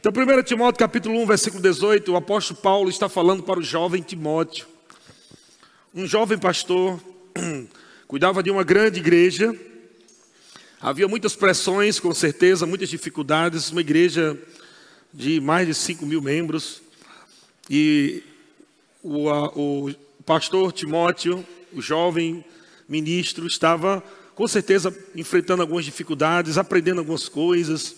Então, 1 Timóteo capítulo 1, versículo 18, o apóstolo Paulo está falando para o jovem Timóteo. Um jovem pastor, cuidava de uma grande igreja. Havia muitas pressões, com certeza, muitas dificuldades. Uma igreja de mais de 5.000 membros. E o pastor Timóteo, o jovem ministro, estava com certeza enfrentando algumas dificuldades, aprendendo algumas coisas.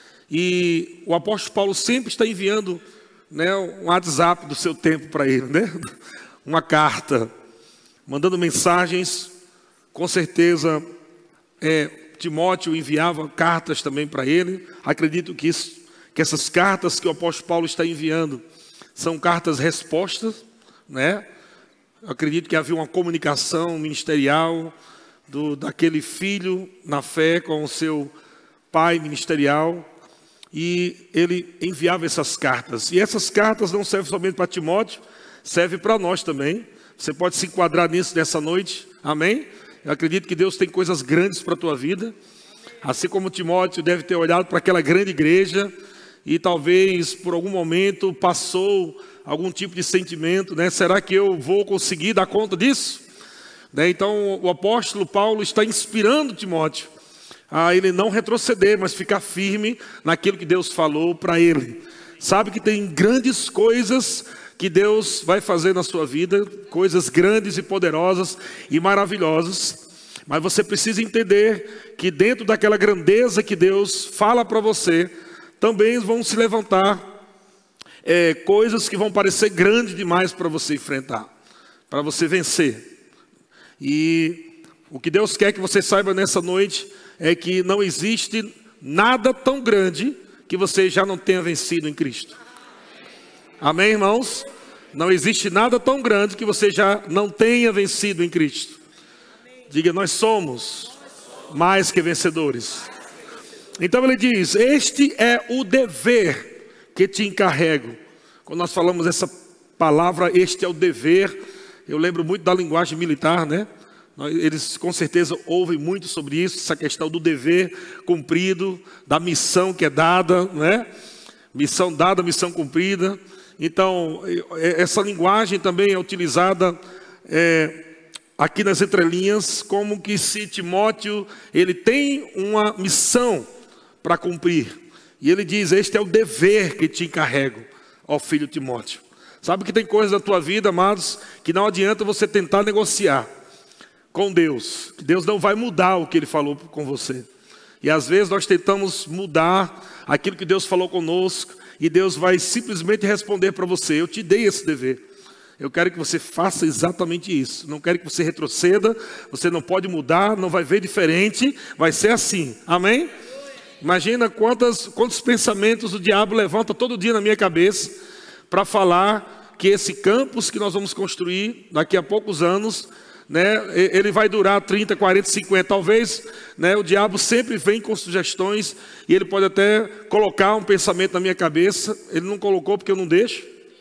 E o apóstolo Paulo sempre está enviando, né, um WhatsApp do seu tempo para ele, né? Uma carta, mandando mensagens. Com certeza, Timóteo enviava cartas também para ele. Acredito que essas cartas que o apóstolo Paulo está enviando são cartas respostas, né? Acredito que havia uma comunicação ministerial daquele filho na fé com o seu pai ministerial. E ele enviava essas cartas. E essas cartas não servem somente para Timóteo, serve para nós também. Você pode se enquadrar nisso nessa noite, amém? Eu acredito que Deus tem coisas grandes para a tua vida. Assim como Timóteo deve ter olhado para aquela grande igreja e talvez por algum momento passou algum tipo de sentimento, né? Será que eu vou conseguir dar conta disso? Né? Então o apóstolo Paulo está inspirando Timóteo a ele não retroceder, mas ficar firme naquilo que Deus falou para ele. Sabe que tem grandes coisas que Deus vai fazer na sua vida, coisas grandes e poderosas e maravilhosas, mas você precisa entender que dentro daquela grandeza que Deus fala para você, também vão se levantar coisas que vão parecer grandes demais para você enfrentar, para você vencer. E o que Deus quer que você saiba nessa noite é que não existe nada tão grande que você já não tenha vencido em Cristo. Amém, irmãos? Não existe nada tão grande que você já não tenha vencido em Cristo. Diga, nós somos mais que vencedores. Então ele diz, este é o dever que te encarrego. Quando nós falamos essa palavra, este é o dever, eu lembro muito da linguagem militar, né? Eles com certeza ouvem muito sobre isso, essa questão do dever cumprido, da missão que é dada, né? Missão dada, missão cumprida. Então, essa linguagem também é utilizada aqui nas entrelinhas, como que se Timóteo, ele tem uma missão para cumprir. E ele diz, este é o dever que te encarrego, ó filho Timóteo. Sabe que tem coisas na tua vida, amados, que não adianta você tentar negociar com Deus, que Deus não vai mudar o que Ele falou com você. E às vezes nós tentamos mudar aquilo que Deus falou conosco, e Deus vai simplesmente responder para você, eu te dei esse dever. Eu quero que você faça exatamente isso. Não quero que você retroceda, você não pode mudar, não vai ver diferente, vai ser assim. Amém? Imagina quantos pensamentos o diabo levanta todo dia na minha cabeça para falar que esse campus que nós vamos construir daqui a poucos anos, né, ele vai durar 30, 40, 50, talvez, né, o diabo sempre vem com sugestões e ele pode até colocar um pensamento na minha cabeça. Ele não colocou porque eu não deixo,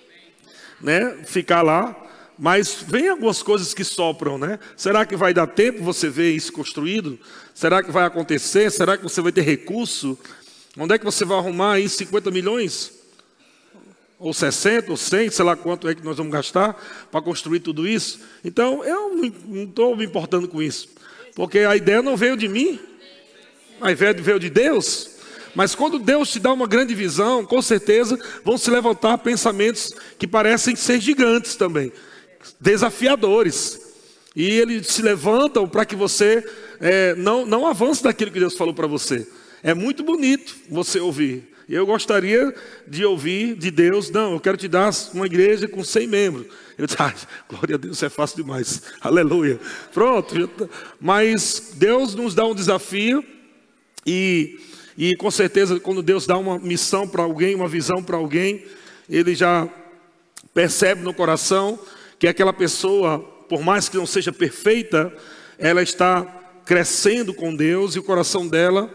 né, ficar lá, mas vem algumas coisas que sopram, né? Será que vai dar tempo você ver isso construído? Será que vai acontecer? Será que você vai ter recurso? Onde é que você vai arrumar aí 50 milhões? Ou 60, ou 100, sei lá quanto é que nós vamos gastar para construir tudo isso. Então, eu não estou me importando com isso. Porque a ideia não veio de mim, a ideia veio de Deus. Mas quando Deus te dá uma grande visão, com certeza vão se levantar pensamentos que parecem ser gigantes também, desafiadores. E eles se levantam para que você não avance daquilo que Deus falou para você. É muito bonito você ouvir. Eu gostaria de ouvir de Deus, não, eu quero te dar uma igreja com 100 membros. Eu disse, glória a Deus, isso é fácil demais, aleluia. Pronto, mas Deus nos dá um desafio e com certeza quando Deus dá uma missão para alguém, uma visão para alguém, Ele já percebe no coração que aquela pessoa, por mais que não seja perfeita, ela está crescendo com Deus e o coração dela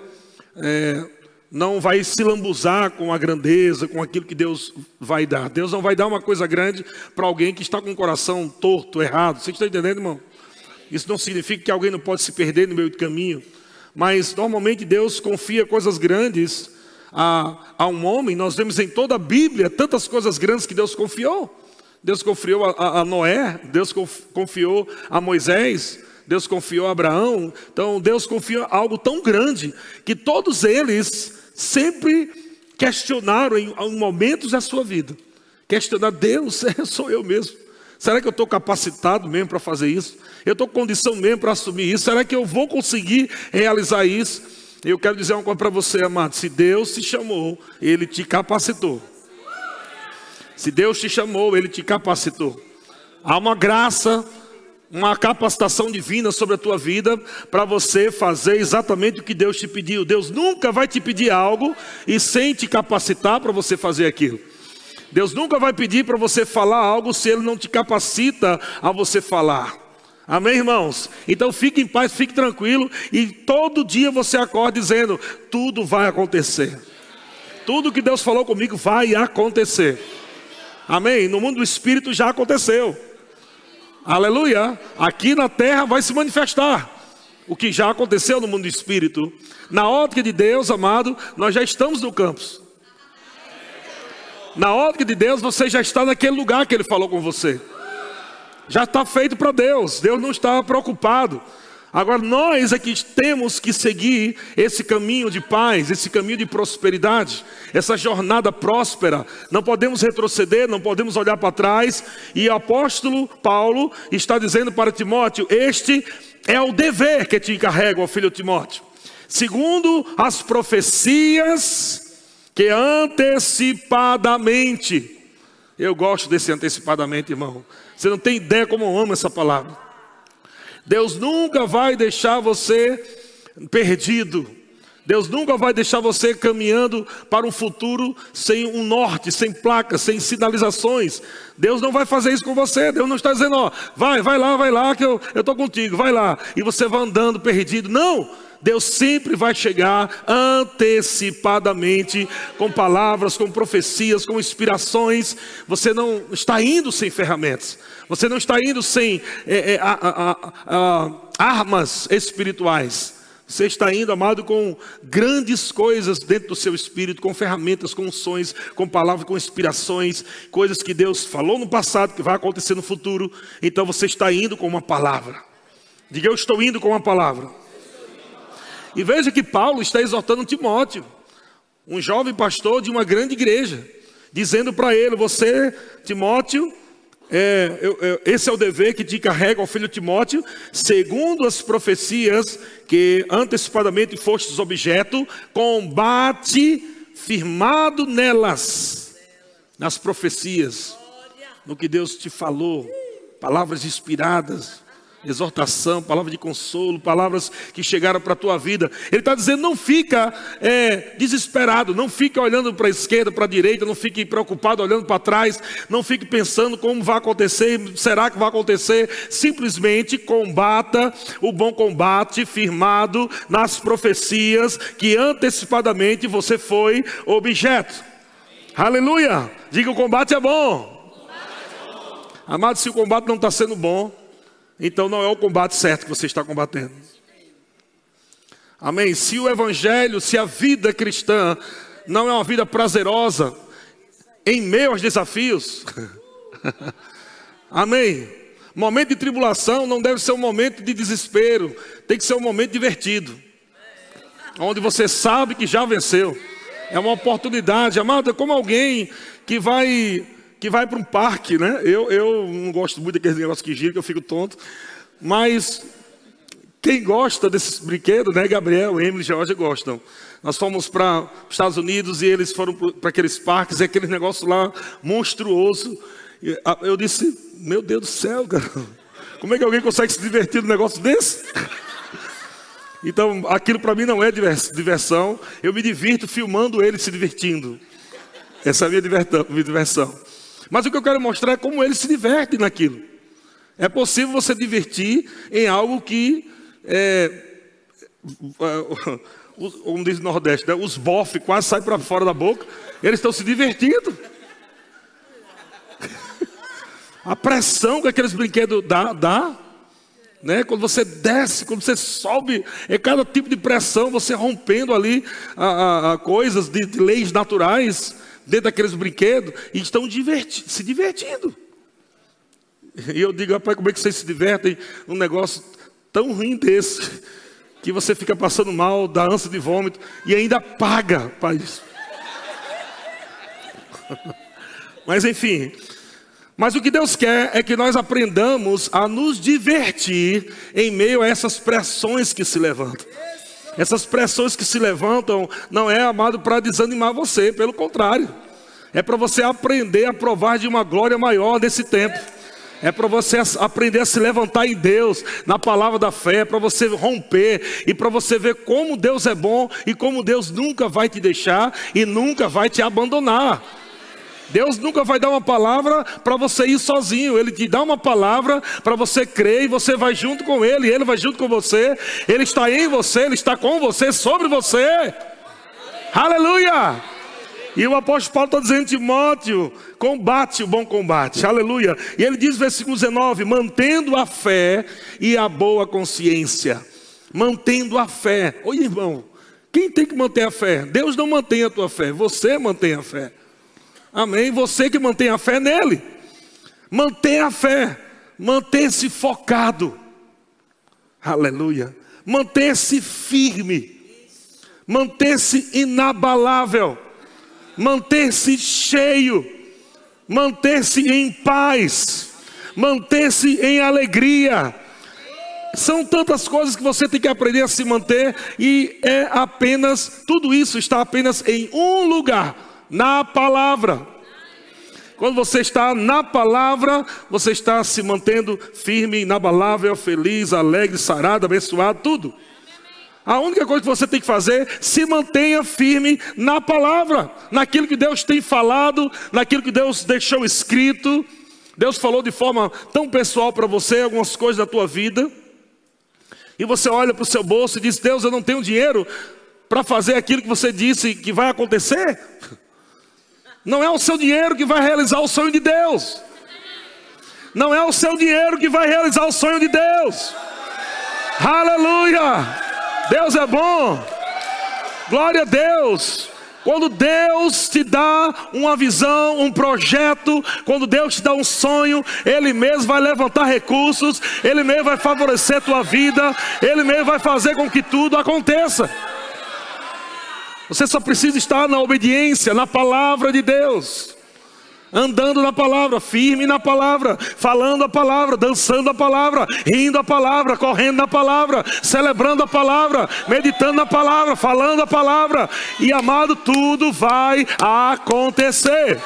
não vai se lambuzar com a grandeza, com aquilo que Deus vai dar. Deus não vai dar uma coisa grande para alguém que está com o coração torto, errado. Você está entendendo, irmão? Isso não significa que alguém não pode se perder no meio do caminho. Mas normalmente Deus confia coisas grandes a um homem, nós vemos em toda a Bíblia tantas coisas grandes que Deus confiou. Deus confiou a Noé, Deus confiou a Moisés, Deus confiou a Abraão. Então Deus confiou algo tão grande que todos eles sempre questionaram em momentos da sua vida. Questionar: Deus, sou eu mesmo. Será que eu estou capacitado mesmo para fazer isso? Eu estou com condição mesmo para assumir isso? Será que eu vou conseguir realizar isso? Eu quero dizer uma coisa para você, amado. Se Deus te chamou, Ele te capacitou. Se Deus te chamou, Ele te capacitou. Há uma graça, uma capacitação divina sobre a tua vida para você fazer exatamente o que Deus te pediu. Deus nunca vai te pedir algo e sem te capacitar para você fazer aquilo. Deus nunca vai pedir para você falar algo se Ele não te capacita a você falar. Amém, irmãos? Então fique em paz, fique tranquilo. E todo dia você acorda dizendo: tudo vai acontecer. Tudo que Deus falou comigo vai acontecer. Amém? No mundo do Espírito já aconteceu. Aleluia. Aqui na terra vai se manifestar o que já aconteceu no mundo do Espírito. Na ótica de Deus, amado, nós já estamos no campus. Na ótica de Deus, você já está naquele lugar que Ele falou com você. Já está feito para Deus. Deus não está preocupado. Agora nós aqui temos que seguir esse caminho de paz, esse caminho de prosperidade, essa jornada próspera. Não podemos retroceder, não podemos olhar para trás. E o apóstolo Paulo está dizendo para Timóteo: este é o dever que te encarrega, ó filho Timóteo. Segundo as profecias que antecipadamente, eu gosto desse antecipadamente, irmão. Você não tem ideia como eu amo essa palavra. Deus nunca vai deixar você perdido. Deus nunca vai deixar você caminhando para um futuro sem um norte, sem placas, sem sinalizações. Deus não vai fazer isso com você. Deus não está dizendo: ó, vai lá que eu estou contigo, vai lá. E você vai andando perdido. Não. Deus sempre vai chegar antecipadamente, com palavras, com profecias, com inspirações. Você não está indo sem ferramentas. Você não está indo sem armas espirituais. Você está indo, amado, com grandes coisas dentro do seu espírito, com ferramentas, com unções, com palavras, com inspirações, coisas que Deus falou no passado, que vai acontecer no futuro. Então você está indo com uma palavra. Diga: eu estou indo com uma palavra. E veja que Paulo está exortando Timóteo, um jovem pastor de uma grande igreja, dizendo para ele: você, Timóteo, esse é o dever que te encarrega, ó filho Timóteo, segundo as profecias que antecipadamente fostes objeto, combate firmado nelas, nas profecias, no que Deus te falou, palavras inspiradas, exortação, palavra de consolo, palavras que chegaram para a tua vida. Ele está dizendo: não fica desesperado, não fica olhando para a esquerda, para a direita, não fique preocupado olhando para trás, não fique pensando como vai acontecer, será que vai acontecer. Simplesmente combata o bom combate firmado nas profecias que antecipadamente você foi objeto. Aleluia! Diga: o combate é bom. Amado, se o combate não está sendo bom, então não é o combate certo que você está combatendo. Amém? Se o evangelho, se a vida cristã não é uma vida prazerosa, em meio aos desafios, amém? Momento de tribulação não deve ser um momento de desespero, tem que ser um momento divertido, onde você sabe que já venceu. É uma oportunidade, amado, é como alguém que vai para um parque, né? Eu não gosto muito daqueles negócios que giram, que eu fico tonto. Mas quem gosta desses brinquedos, né? Gabriel, Emily e Georgia gostam. Nós fomos para os Estados Unidos e eles foram para aqueles parques, e aquele negócio lá monstruoso. Eu disse: meu Deus do céu, cara, como é que alguém consegue se divertir num negócio desse? Então aquilo para mim não é diversão. Eu me divirto filmando eles se divertindo. Essa é a minha diversão. Mas o que eu quero mostrar é como eles se divertem naquilo. É possível você divertir em algo que, como diz o Nordeste, né? Os bofes quase saem para fora da boca. Eles estão se divertindo. A pressão que aqueles brinquedos dá. né? Quando você desce, quando você sobe, é cada tipo de pressão, você rompendo ali coisas de leis naturais dentro daqueles brinquedos e estão se divertindo. E eu digo, rapaz, como é que vocês se divertem num negócio tão ruim desse, que você fica passando mal, dá ânsia de vômito e ainda paga para isso. Mas enfim, mas o que Deus quer é que nós aprendamos a nos divertir em meio a essas pressões que se levantam. Essas pressões que se levantam não é, amado, para desanimar você, pelo contrário. É para você aprender a provar de uma glória maior nesse tempo. É para você aprender a se levantar em Deus, na palavra da fé, para você romper e para você ver como Deus é bom e como Deus nunca vai te deixar e nunca vai te abandonar. Deus nunca vai dar uma palavra para você ir sozinho. Ele te dá uma palavra para você crer e você vai junto com Ele. Ele vai junto com você. Ele está em você, Ele está com você, sobre você. Aleluia! E o apóstolo Paulo está dizendo, Timóteo, combate o bom combate. Aleluia! E ele diz, versículo 19, mantendo a fé e a boa consciência. Mantendo a fé. Oi, irmão, quem tem que manter a fé? Deus não mantém a tua fé, você mantém a fé. Amém? Você que mantém a fé nele. Mantenha a fé. Mantenha-se focado. Aleluia. Mantenha-se firme. Mantenha-se inabalável. Mantenha-se cheio. Mantenha-se em paz. Mantenha-se em alegria. São tantas coisas que você tem que aprender a se manter. E é apenas, tudo isso está apenas em um lugar. Na palavra. Quando você está na palavra, você está se mantendo firme, inabalável, feliz, alegre, sarado, abençoado, tudo. A única coisa que você tem que fazer, se mantenha firme na palavra, naquilo que Deus tem falado, naquilo que Deus deixou escrito. Deus falou de forma tão pessoal para você algumas coisas da tua vida. E você olha para o seu bolso e diz, Deus, eu não tenho dinheiro para fazer aquilo que você disse que vai acontecer. Não é o seu dinheiro que vai realizar o sonho de Deus. Não é o seu dinheiro que vai realizar o sonho de Deus. Aleluia! Deus é bom. Glória a Deus. Quando Deus te dá uma visão, um projeto, quando Deus te dá um sonho, Ele mesmo vai levantar recursos, Ele mesmo vai favorecer a tua vida, Ele mesmo vai fazer com que tudo aconteça. Você só precisa estar na obediência, na palavra de Deus. Andando na palavra, firme na palavra, falando a palavra, dançando a palavra, rindo a palavra, correndo na palavra, celebrando a palavra, meditando na palavra, falando a palavra. E amado, tudo vai acontecer.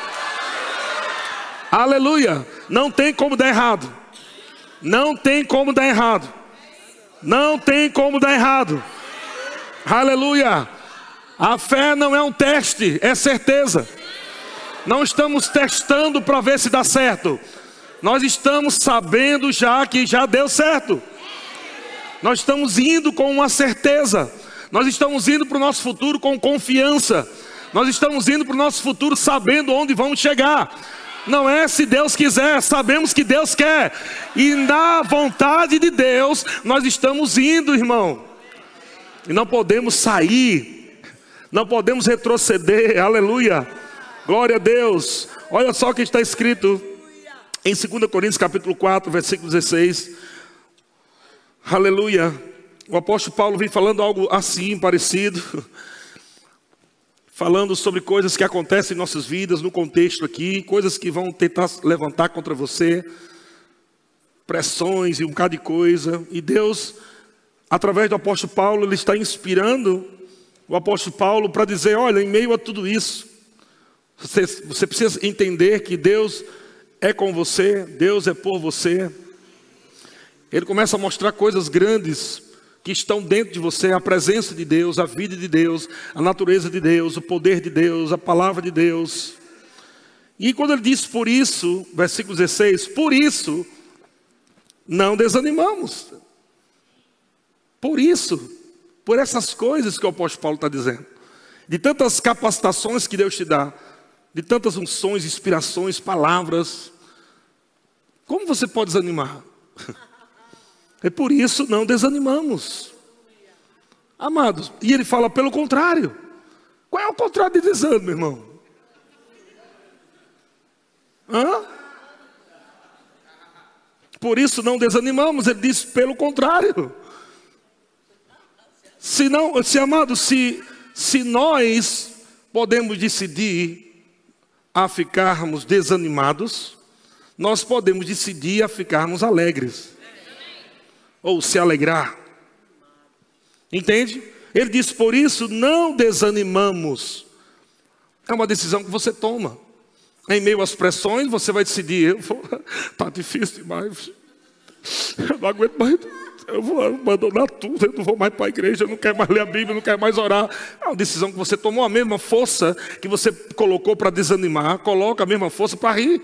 Aleluia. Não tem como dar errado. Não tem como dar errado. Não tem como dar errado. Aleluia. A fé não é um teste, é certeza. Não estamos testando para ver se dá certo. Nós estamos sabendo já que já deu certo. Nós estamos indo com uma certeza. Nós estamos indo para o nosso futuro com confiança. Nós estamos indo para o nosso futuro sabendo onde vamos chegar. Não é se Deus quiser, sabemos que Deus quer. E na vontade de Deus nós estamos indo, irmão. E não podemos sair. Não podemos retroceder, aleluia, glória a Deus. Olha só o que está escrito em 2 Coríntios capítulo 4, versículo 16. Aleluia. O apóstolo Paulo vem falando algo assim, parecido. Falando sobre coisas que acontecem em nossas vidas, no contexto aqui. Coisas que vão tentar levantar contra você. Pressões e um bocado de coisa. E Deus, através do apóstolo Paulo, Ele está inspirando o apóstolo Paulo para dizer, olha, em meio a tudo isso, você precisa entender que Deus é com você, Deus é por você. Ele começa a mostrar coisas grandes que estão dentro de você, a presença de Deus, a vida de Deus, a natureza de Deus, o poder de Deus, a palavra de Deus. E quando ele diz por isso, versículo 16, por isso, não desanimamos. Por isso. Por essas coisas que o apóstolo Paulo está dizendo. De tantas capacitações que Deus te dá. De tantas unções, inspirações, palavras. Como você pode desanimar? E por isso não desanimamos. Amados, e ele fala pelo contrário. Qual é o contrário de desânimo, irmão? Por isso não desanimamos, ele diz pelo contrário. Se nós podemos decidir a ficarmos desanimados, nós podemos decidir a ficarmos alegres. Ou se alegrar. Entende? Ele diz, por isso não desanimamos. É uma decisão que você toma. Em meio às pressões, você vai decidir, está difícil demais. Eu não aguento mais. Eu vou abandonar tudo, eu não vou mais para a igreja, eu não quero mais ler a Bíblia, eu não quero mais orar. É uma decisão que você tomou, a mesma força que você colocou para desanimar, coloca a mesma força para rir.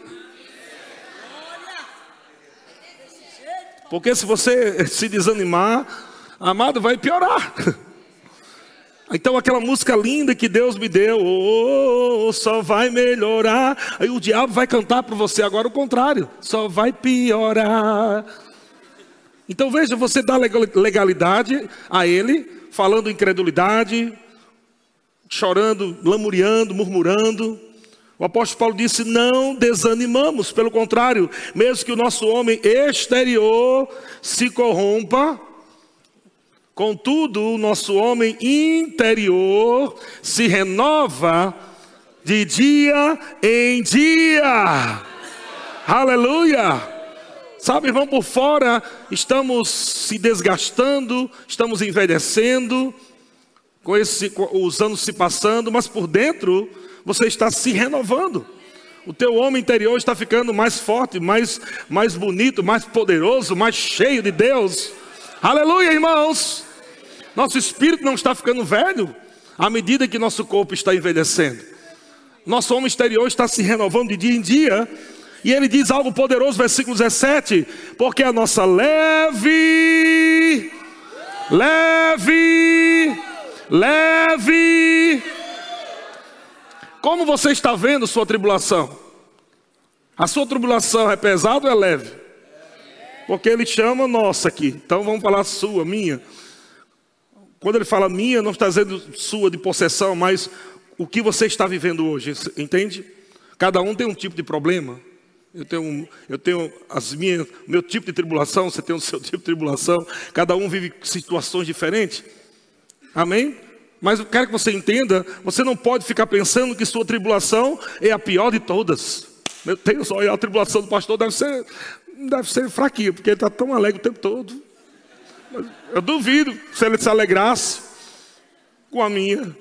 Porque se você se desanimar, amado, vai piorar. Então aquela música linda que Deus me deu, só vai melhorar. Aí o diabo vai cantar para você agora o contrário, só vai piorar. Então veja, você dá legalidade a ele, falando incredulidade, chorando, lamuriando, murmurando. O apóstolo Paulo disse, não desanimamos, pelo contrário, mesmo que o nosso homem exterior se corrompa, contudo o nosso homem interior se renova de dia em dia. Aleluia! Sabe, irmão, por fora estamos se desgastando, estamos envelhecendo, os anos se passando, mas por dentro você está se renovando. O teu homem interior está ficando mais forte, mais bonito, mais poderoso, mais cheio de Deus. Aleluia, irmãos! Nosso espírito não está ficando velho à medida que nosso corpo está envelhecendo. Nosso homem exterior está se renovando de dia em dia. E ele diz algo poderoso, versículo 17. Porque a nossa leve. Como você está vendo sua tribulação? A sua tribulação é pesada ou é leve? Porque ele chama nossa aqui. Então vamos falar sua, minha. Quando ele fala minha, não está dizendo sua de possessão, mas o que você está vivendo hoje, entende? Cada um tem um tipo de problema. Eu tenho meu tipo de tribulação, você tem o seu tipo de tribulação. Cada um vive situações diferentes. Amém? Mas eu quero que você entenda, você não pode ficar pensando que sua tribulação é a pior de todas. Meu Deus, olha, a tribulação do pastor deve ser fraquinha, porque ele está tão alegre o tempo todo. Eu duvido se ele se alegrasse com a minha.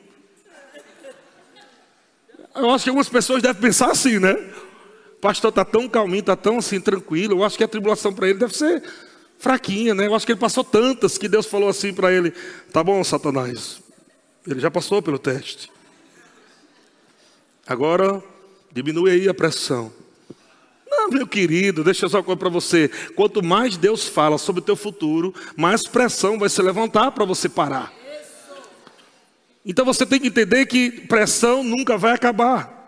Eu acho que algumas pessoas devem pensar assim, né? O pastor está tão calminho, está tão assim, tranquilo. Eu acho que a tribulação para ele deve ser fraquinha, né? Eu acho que ele passou tantas que Deus falou assim para ele: tá bom, Satanás, ele já passou pelo teste. Agora, diminui aí a pressão. Não, meu querido, deixa eu só uma coisa para você. Quanto mais Deus fala sobre o teu futuro, mais pressão vai se levantar para você parar. Então você tem que entender que pressão nunca vai acabar.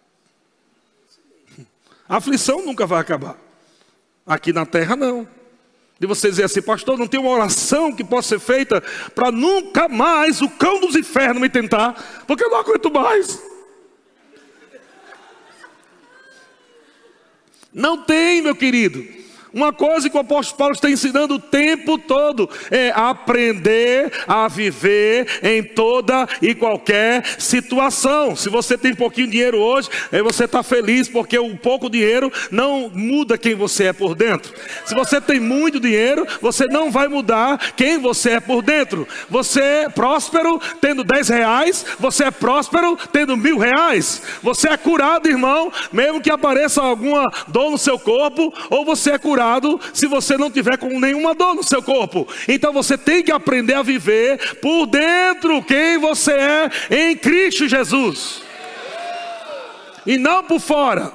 A aflição nunca vai acabar. Aqui na terra não. De você dizer assim: pastor, não tem uma oração que possa ser feita para nunca mais o cão dos infernos me tentar, porque eu não aguento mais. Não tem, meu querido. Uma coisa que o apóstolo Paulo está ensinando o tempo todo é aprender a viver em toda e qualquer situação. Se você tem pouquinho dinheiro hoje, aí você está feliz, porque o pouco dinheiro não muda quem você é por dentro. Se você tem muito dinheiro, você não vai mudar quem você é por dentro. Você é próspero tendo 10 reais, você é próspero tendo 1.000 reais. Você é curado, irmão, mesmo que apareça alguma dor no seu corpo, ou você é curado se você não tiver com nenhuma dor no seu corpo. Então você tem que aprender a viver por dentro quem você é em Cristo Jesus, e não por fora.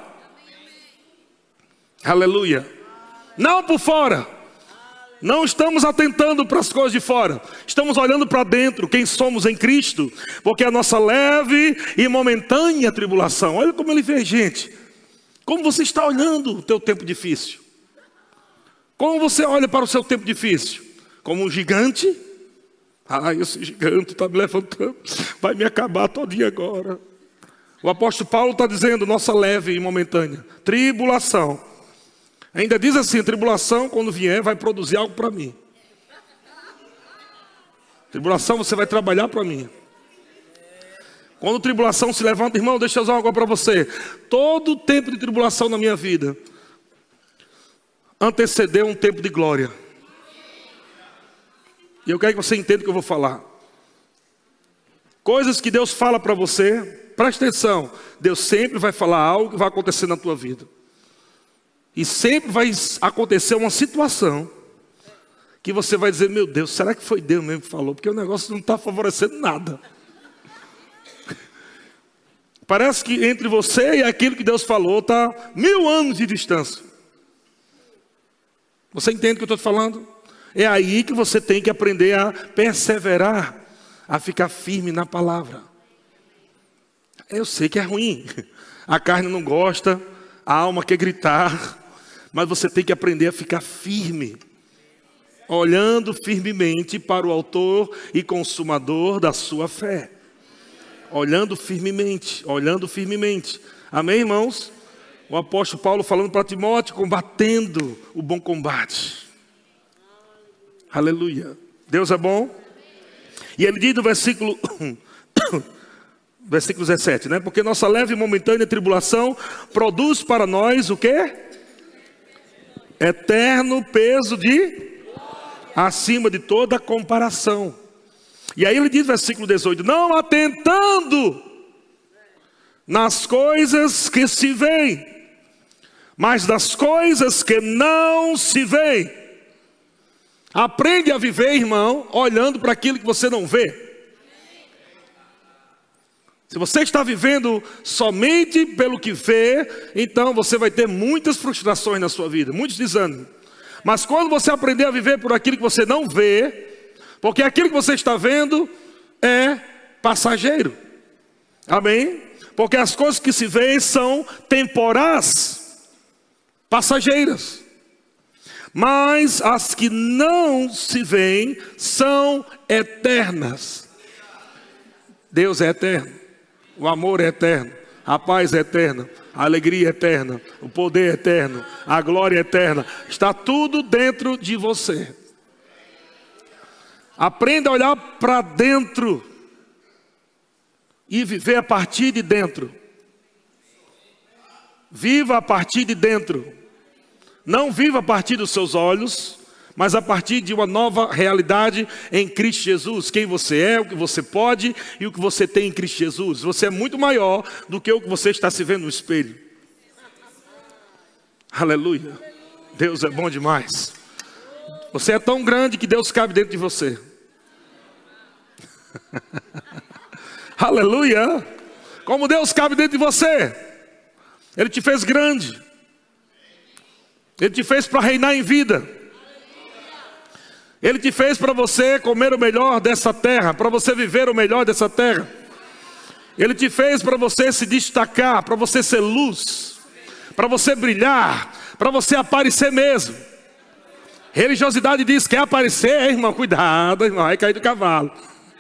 Aleluia. Não por fora. Não estamos atentando para as coisas de fora, estamos olhando para dentro, quem somos em Cristo. Porque a nossa leve e momentânea tribulação, olha como ele fez, gente. Como você está olhando o teu tempo difícil? Como você olha para o seu tempo difícil? Como um gigante? Esse gigante está me levantando, vai me acabar todinho agora. O apóstolo Paulo está dizendo, nossa leve e momentânea tribulação. Ainda diz assim, tribulação quando vier vai produzir algo para mim. Tribulação você vai trabalhar para mim. Quando tribulação se levanta, irmão, deixa eu usar algo para você. Todo tempo de tribulação na minha vida antecedeu um tempo de glória. E eu quero que você entenda o que eu vou falar. Coisas que Deus fala para você, preste atenção. Deus sempre vai falar algo que vai acontecer na tua vida. E sempre vai acontecer uma situação que você vai dizer, meu Deus, será que foi Deus mesmo que falou? Porque o negócio não está favorecendo nada. Parece que entre você e aquilo que Deus falou está 1000 anos de distância. Você entende o que eu estou te falando? É aí que você tem que aprender a perseverar, a ficar firme na palavra. Eu sei que é ruim, a carne não gosta, a alma quer gritar, mas você tem que aprender a ficar firme, olhando firmemente para o autor e consumador da sua fé. Olhando firmemente, olhando firmemente. Amém, irmãos? O apóstolo Paulo falando para Timóteo, combatendo o bom combate. Aleluia. Deus é bom. E ele diz no versículo 17, né? Porque nossa leve e momentânea tribulação produz para nós o quê? Eterno peso de acima de toda comparação. E aí ele diz no versículo 18, não atentando nas coisas que se veem, mas das coisas que não se veem. Aprende a viver, irmão, olhando para aquilo que você não vê. Se você está vivendo somente pelo que vê, então você vai ter muitas frustrações na sua vida, muitos desânimos. Mas quando você aprender a viver por aquilo que você não vê, porque aquilo que você está vendo é passageiro. Amém? Porque as coisas que se veem são temporais, passageiras. Mas as que não se veem são eternas. Deus é eterno, o amor é eterno, a paz é eterna, a alegria é eterna, o poder é eterno, a glória é eterna. Está tudo dentro de você. Aprenda a olhar para dentro e viver a partir de dentro. Viva a partir de dentro. Não viva a partir dos seus olhos, mas a partir de uma nova realidade em Cristo Jesus. Quem você é, o que você pode e o que você tem em Cristo Jesus. Você é muito maior do que o que você está se vendo no espelho. Aleluia. Deus é bom demais. Você é tão grande que Deus cabe dentro de você. Aleluia. Como Deus cabe dentro de você. Ele te fez grande. Ele te fez para reinar em vida. Ele te fez para você comer o melhor dessa terra, para você viver o melhor dessa terra. Ele te fez para você se destacar, para você ser luz, para você brilhar, para você aparecer mesmo. Religiosidade diz que quer aparecer, irmão, cuidado, irmão, vai cair do cavalo.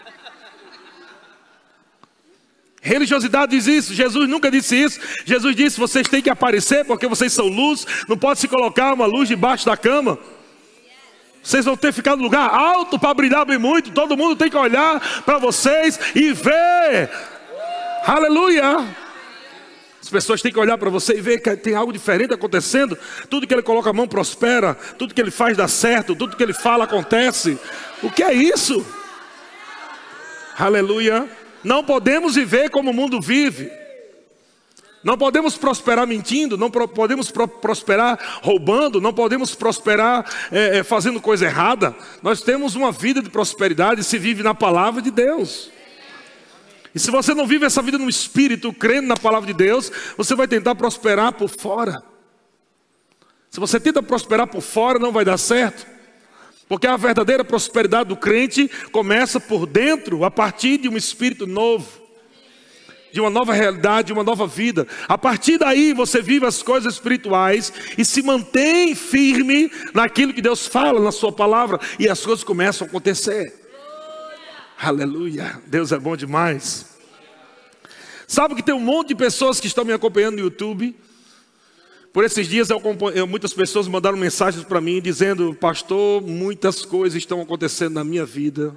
Religiosidade diz isso, Jesus nunca disse isso. Jesus disse, vocês têm que aparecer porque vocês são luz. Não pode se colocar uma luz debaixo da cama. Vocês vão ter que ficar no lugar alto para brilhar bem muito. Todo mundo tem que olhar para vocês e ver. Aleluia. As pessoas têm que olhar para você e ver que tem algo diferente acontecendo. Tudo que ele coloca a mão prospera. Tudo que ele faz dá certo. Tudo que ele fala acontece. O que é isso? Aleluia. Não podemos viver como o mundo vive. Não podemos prosperar mentindo. Não podemos prosperar roubando. Não podemos prosperar fazendo coisa errada. Nós temos uma vida de prosperidade. Se vive na palavra de Deus. E se você não vive essa vida no Espírito, crendo na palavra de Deus, você vai tentar prosperar por fora. Se você tenta prosperar por fora, não vai dar certo. Porque a verdadeira prosperidade do crente começa por dentro, a partir de um espírito novo. de uma nova realidade, de uma nova vida. A partir daí você vive as coisas espirituais e se mantém firme naquilo que Deus fala na sua palavra, e as coisas começam a acontecer. Aleluia, Deus é bom demais. Sabe que tem um monte de pessoas que estão me acompanhando no YouTube. Por esses dias muitas pessoas mandaram mensagens para mim dizendo: pastor, muitas coisas estão acontecendo na minha vida.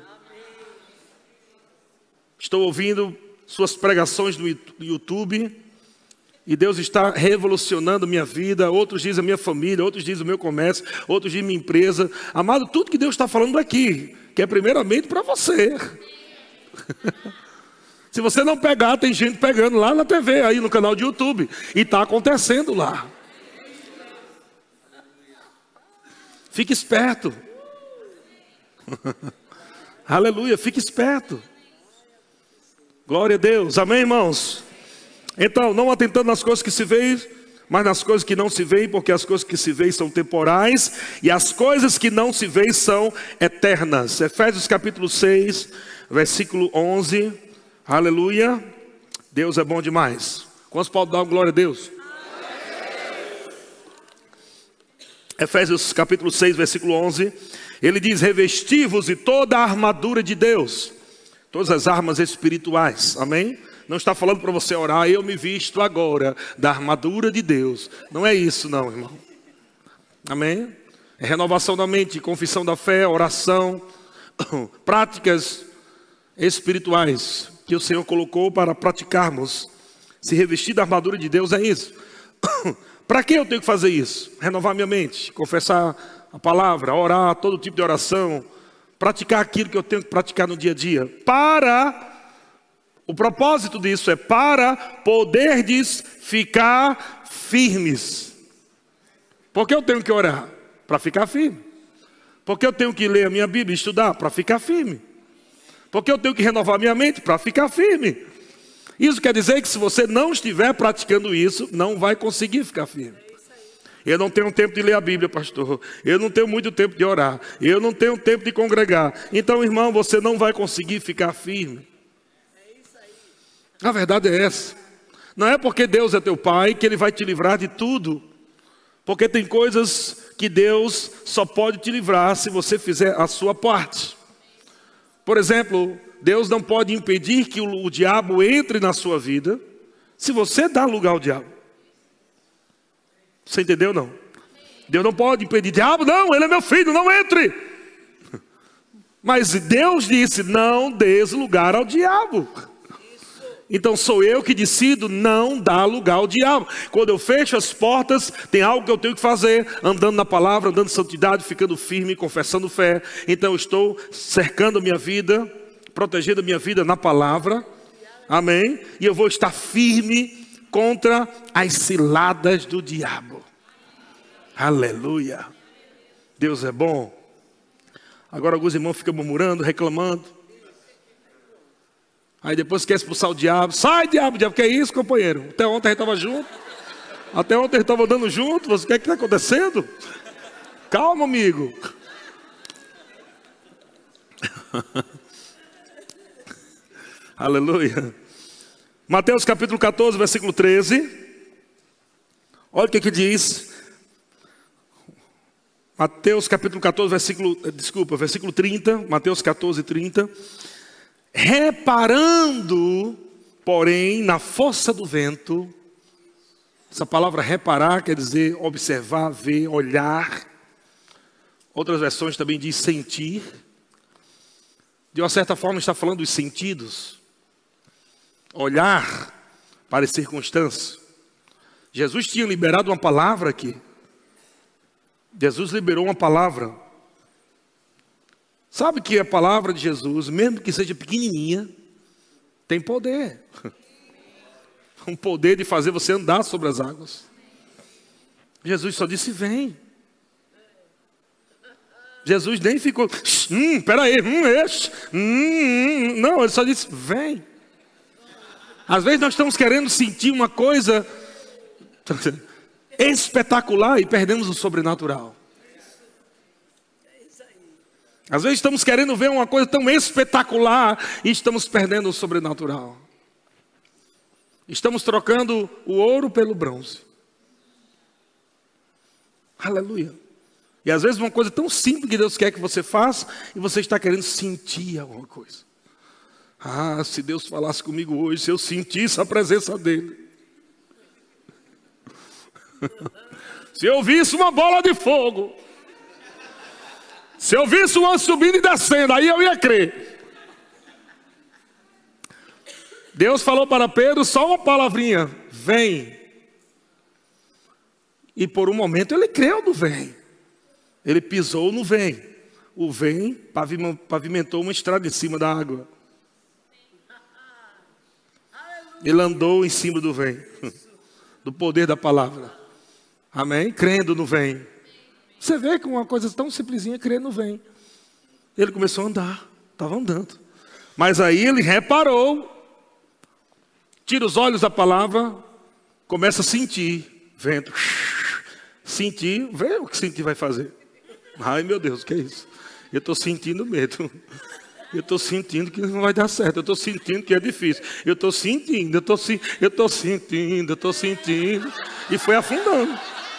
Estou ouvindo suas pregações no YouTube e Deus está revolucionando minha vida. Outros dizem a minha família, outros dizem o meu comércio, outros dizem minha empresa. Amado, tudo que Deus está falando aqui, que é primeiramente para você. Se você não pegar, tem gente pegando lá na TV, aí no canal de YouTube, e está acontecendo lá. Fique esperto. Aleluia, fique esperto. Glória a Deus, amém, irmãos? Então, não atentando nas coisas que se veem, mas nas coisas que não se veem, porque as coisas que se veem são temporais, e as coisas que não se veem são eternas. Efésios capítulo 6, versículo 11, aleluia, Deus é bom demais. Quantos podem dar uma glória a Deus? Efésios capítulo 6, versículo 11, ele diz: revesti-vos de toda a armadura de Deus, todas as armas espirituais, amém? Não está falando para você orar: eu me visto agora da armadura de Deus. Não é isso não, irmão. Amém? É renovação da mente, confissão da fé, oração, práticas espirituais que o Senhor colocou para praticarmos. Se revestir da armadura de Deus é isso. Para que eu tenho que fazer isso? Renovar minha mente, confessar a palavra, orar, todo tipo de oração, praticar aquilo que eu tenho que praticar no dia a dia. O propósito disso é para poderdes ficar firmes. Por que eu tenho que orar? Para ficar firme. Por que eu tenho que ler a minha Bíblia e estudar? Para ficar firme. Por que eu tenho que renovar minha mente? Para ficar firme. Isso quer dizer que se você não estiver praticando isso, não vai conseguir ficar firme. Eu não tenho tempo de ler a Bíblia, pastor. Eu não tenho muito tempo de orar. Eu não tenho tempo de congregar. Então, irmão, você não vai conseguir ficar firme. A verdade é essa. Não é porque Deus é teu pai que Ele vai te livrar de tudo. Porque tem coisas que Deus só pode te livrar se você fizer a sua parte. Por exemplo, Deus não pode impedir que o diabo entre na sua vida se você dá lugar ao diabo. Você entendeu, não? Deus não pode impedir: diabo, não, ele é meu filho, não entre. Mas Deus disse: não dês lugar ao diabo. Então sou eu que decido não dar lugar ao diabo. Quando eu fecho as portas, tem algo que eu tenho que fazer, andando na palavra, andando em santidade, ficando firme, confessando fé. Então eu estou cercando a minha vida, protegendo a minha vida na palavra, amém? E eu vou estar firme contra as ciladas do diabo. Aleluia. Deus é bom. Agora alguns irmãos ficam murmurando, reclamando. Aí depois quer expulsar o diabo. Sai, diabo, diabo, que é isso, companheiro? Até ontem a gente estava junto. Até ontem a gente estava andando junto. Você quer que está acontecendo? Calma, amigo. Aleluia. Mateus capítulo 14, versículo 13. Olha o que diz. Mateus capítulo 14, versículo 30. Mateus 14, 30. Reparando, porém, na força do vento. Essa palavra reparar quer dizer observar, ver, olhar. Outras versões também diz sentir. De uma certa forma está falando dos sentidos. Olhar para as circunstâncias. Jesus tinha liberado uma palavra aqui. Jesus liberou uma palavra. Sabe que a palavra de Jesus, mesmo que seja pequenininha, tem poder. Um poder de fazer você andar sobre as águas. Jesus só disse: vem. Jesus nem ficou, peraí, não, ele só disse: vem. Às vezes nós estamos querendo sentir uma coisa espetacular e perdemos o sobrenatural. Às vezes estamos querendo ver uma coisa tão espetacular e estamos perdendo o sobrenatural. Estamos trocando o ouro pelo bronze. Aleluia. E às vezes uma coisa tão simples que Deus quer que você faça e você está querendo sentir alguma coisa. Ah, se Deus falasse comigo hoje, se eu sentisse a presença dEle. Se eu visse uma bola de fogo. Se eu visse um anjo subindo e descendo, aí eu ia crer. Deus falou para Pedro só uma palavrinha: vem. E por um momento ele creu no vem. Ele pisou no vem. O vem pavimentou uma estrada em cima da água. Ele andou em cima do vem. Do poder da palavra. Amém? Crendo no vem. Você vê que uma coisa tão simplesinha, crer no vem. Ele começou a andar. Estava andando. Mas aí ele reparou. Tira os olhos da palavra. Começa a sentir. Vento. Sentir. Vê o que sentir vai fazer. Ai meu Deus, o que é isso? Eu estou sentindo medo. Eu estou sentindo que não vai dar certo. Eu estou sentindo que é difícil. Eu estou sentindo. E foi afundando.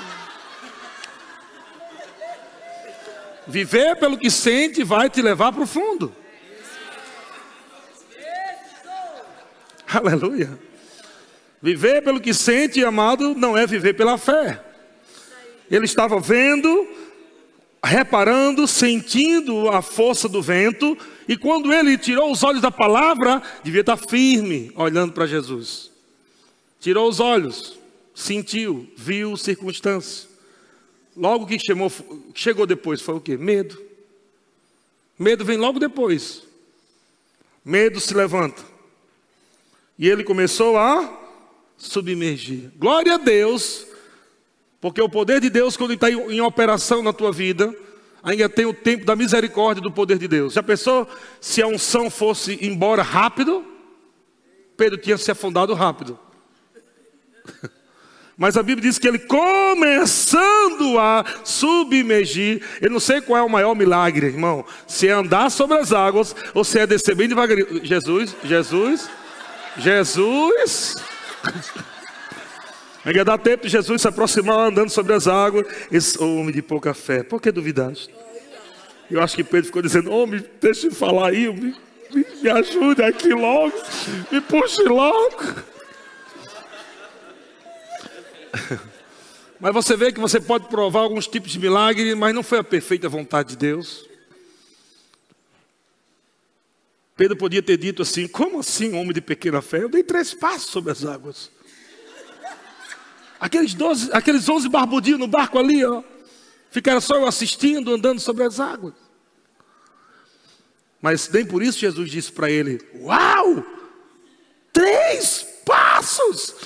Viver pelo que sente vai te levar para o fundo. Aleluia. Viver pelo que sente, amado, não é viver pela fé. Ele estava vendo, reparando, sentindo a força do vento. E quando ele tirou os olhos da palavra, devia estar firme, olhando para Jesus. Tirou os olhos, sentiu, viu circunstâncias. Logo que chegou depois foi o quê? Medo. Medo vem logo depois. Medo se levanta. E ele começou a submergir. Glória a Deus. Porque o poder de Deus, quando está em operação na tua vida, ainda tem o tempo da misericórdia do poder de Deus. Já pensou se a unção fosse embora rápido? Pedro tinha se afundado rápido. Mas a Bíblia diz que ele começando a submergir. Eu não sei qual é o maior milagre, irmão. Se é andar sobre as águas ou se é descer bem devagarinho. Jesus. Ainda dá tempo de Jesus se aproximar andando sobre as águas. Esse homem de pouca fé. Por que duvidaste? Eu acho que Pedro ficou dizendo: homem, deixa eu falar aí. Me ajude aqui logo. Me puxe logo. Mas você vê que você pode provar alguns tipos de milagre, mas não foi a perfeita vontade de Deus. Pedro podia ter dito assim: como assim, homem de pequena fé? Eu dei 3 passos sobre as águas. Aqueles 11 barbudinhos no barco ali, ó, ficaram só eu assistindo, andando sobre as águas. Mas nem por isso Jesus disse para ele: uau, 3 passos!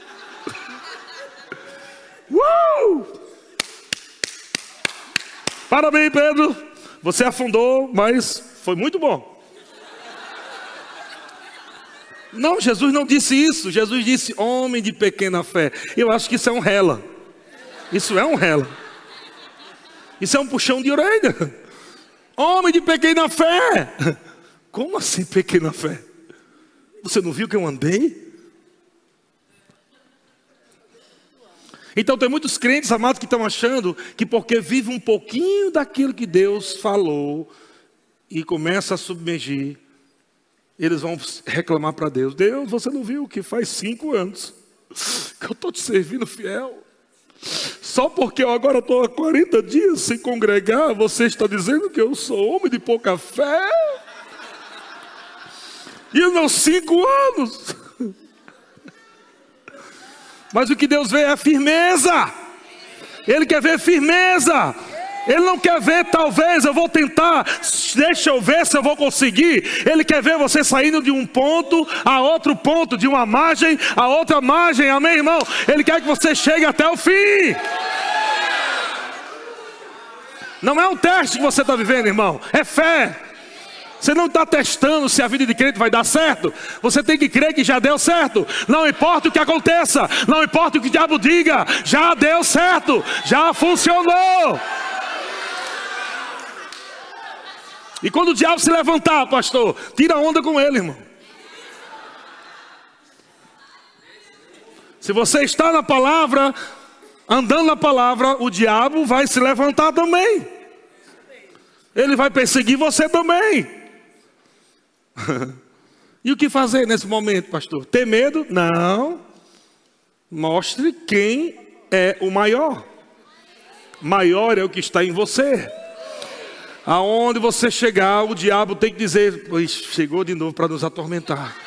Parabéns, Pedro. Você afundou, mas foi muito bom. Não, Jesus não disse isso. Jesus disse: homem de pequena fé. Eu acho que isso é um rela. Isso é um rela. Isso é um puxão de orelha. Homem de pequena fé. Como assim pequena fé? Você não viu que eu andei? Então tem muitos crentes, amados, que estão achando que porque vive um pouquinho daquilo que Deus falou e começa a submergir, eles vão reclamar para Deus: Deus, você não viu que faz 5 anos que eu estou te servindo fiel? Só porque eu agora estou há 40 dias sem congregar, você está dizendo que eu sou homem de pouca fé? E os meus 5 anos... Mas o que Deus vê é firmeza. Ele quer ver firmeza. Ele não quer ver, talvez eu vou tentar, deixa eu ver se eu vou conseguir. Ele quer ver você saindo de um ponto a outro ponto, de uma margem a outra margem. Amém, irmão? Ele quer que você chegue até o fim. Não é um teste que você está vivendo, irmão. É fé. Você não está testando se a vida de crente vai dar certo. Você tem que crer que já deu certo. Não importa o que aconteça, não importa o que o diabo diga, já deu certo, já funcionou. E quando o diabo se levantar, pastor, tira onda com ele, irmão. Se você está na palavra, andando na palavra, o diabo vai se levantar também. Ele vai perseguir você também. E o que fazer nesse momento, pastor? Ter medo? Não. Mostre quem é o maior. Maior é o que está em você. Aonde você chegar, o diabo tem que dizer: pois chegou de novo para nos atormentar.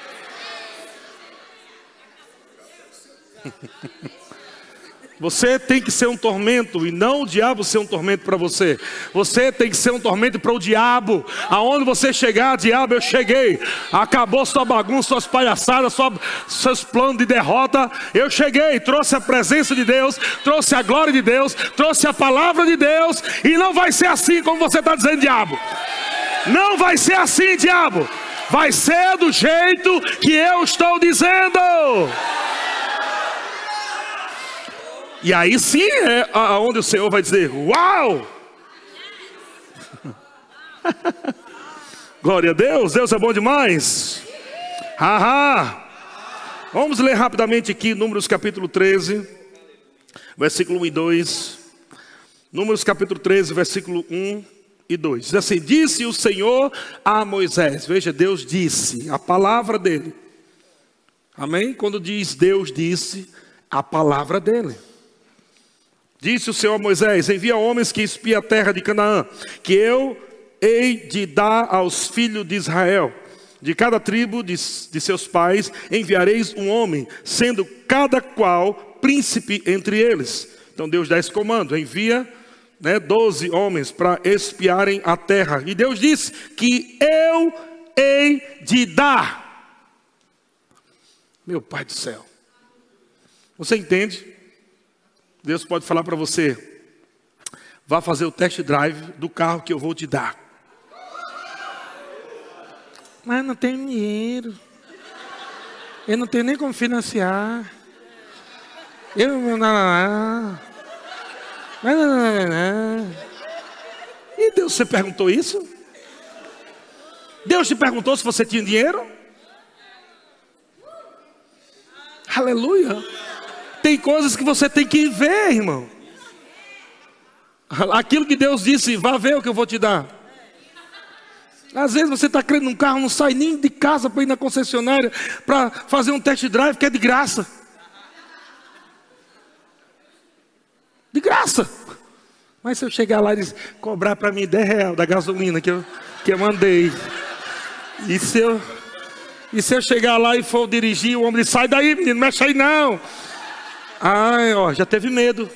Você tem que ser um tormento e não o diabo ser um tormento para você. Você tem que ser um tormento para o diabo. Aonde você chegar, diabo, eu cheguei. Acabou sua bagunça, suas palhaçadas, seus planos de derrota. Eu cheguei, trouxe a presença de Deus, trouxe a glória de Deus, trouxe a palavra de Deus. E não vai ser assim como você está dizendo, diabo. Não vai ser assim, diabo. Vai ser do jeito que eu estou dizendo. E aí sim é onde o Senhor vai dizer: uau! Glória a Deus, Deus é bom demais. Haha. Vamos ler rapidamente aqui Números capítulo 13, versículo 1 e 2. Números capítulo 13, versículo 1 e 2. Diz assim: disse o Senhor a Moisés. Veja, Deus disse, a palavra dele. Amém? Quando diz Deus disse, a palavra dele. Disse o Senhor a Moisés: envia homens que espiem a terra de Canaã, que eu hei de dar aos filhos de Israel. De cada tribo de seus pais enviareis um homem, sendo cada qual príncipe entre eles. Então Deus dá esse comando: envia 12 homens para espiarem a terra. E Deus disse que eu hei de dar. Meu Pai do céu, você entende? Deus pode falar para você: vá fazer o test drive do carro que eu vou te dar. Mas não tenho dinheiro. Eu não tenho nem como financiar. E Deus, você perguntou isso? Deus te perguntou se você tinha dinheiro? Aleluia. Tem coisas que você tem que ver, irmão. Aquilo que Deus disse: vá ver o que eu vou te dar. Às vezes você está crendo num carro, não sai nem de casa para ir na concessionária para fazer um test drive que é de graça. De graça. Mas se eu chegar lá e cobrar para mim R$10 da gasolina que eu mandei. E se eu chegar lá e for dirigir, o homem diz: sai daí, menino, não mexe aí não. Ai, ó, já teve medo.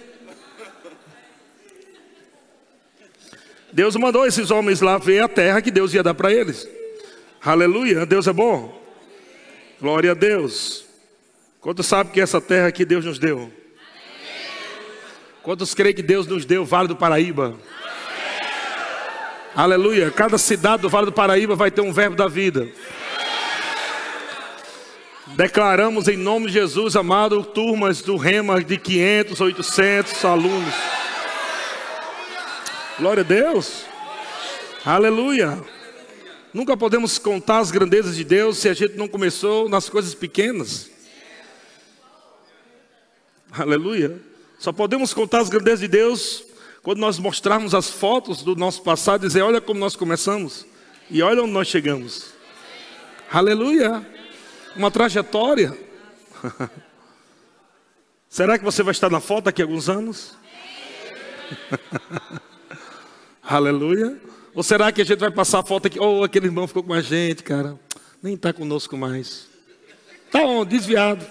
Deus mandou esses homens lá ver a terra que Deus ia dar para eles. Aleluia, Deus é bom. Glória a Deus. Quantos sabem que essa terra que Deus nos deu? Quantos creem que Deus nos deu o Vale do Paraíba? Aleluia, cada cidade do Vale do Paraíba vai ter um verbo da vida. Declaramos em nome de Jesus, amado, turmas do Rema de 500, 800 alunos. Glória a Deus. Aleluia. Nunca podemos contar as grandezas de Deus se a gente não começou nas coisas pequenas. Aleluia. Só podemos contar as grandezas de Deus quando nós mostrarmos as fotos do nosso passado e dizer: olha como nós começamos e olha onde nós chegamos. Aleluia. Uma trajetória. Será que você vai estar na foto daqui a alguns anos? Aleluia. Ou será que a gente vai passar a foto aqui? Oh, aquele irmão ficou com a gente, cara. Nem está conosco mais. Está onde? Desviado.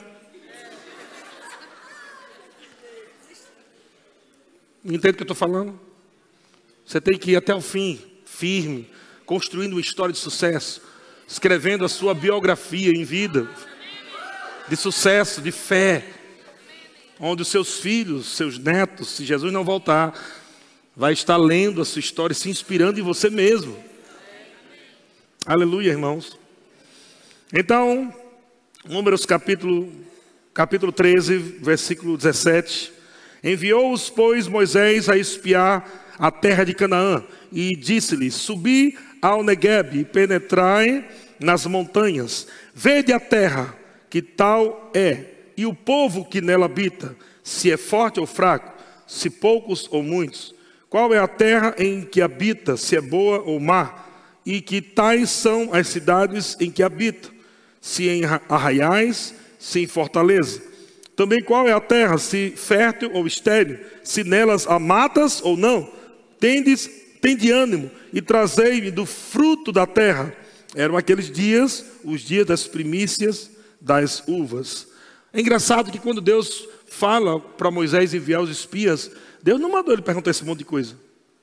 Entende o que eu estou falando? Você tem que ir até o fim, firme, construindo uma história de sucesso, escrevendo a sua biografia em vida, de sucesso, de fé, onde os seus filhos, seus netos, se Jesus não voltar, vai estar lendo a sua história, se inspirando em você mesmo. Aleluia, irmãos. Então, Números capítulo 13, versículo 17. Enviou-os, pois, Moisés a espiar a terra de Canaã, e disse-lhes: subi ao Neguebe e penetrai nas montanhas, vede a terra, que tal é, E o povo que nela habita, se é forte ou fraco, se poucos ou muitos? Qual é a terra em que habita, se é boa ou má? E que tais são as cidades em que habita, se em arraiais, se em fortaleza? Também qual é a terra, se fértil ou estéril, se nelas há matas ou não? Tende ânimo e trazei-me do fruto da terra. Eram aqueles dias, os dias das primícias das uvas. É engraçado que quando Deus fala para Moisés enviar os espias, Deus não mandou ele perguntar esse monte de coisa.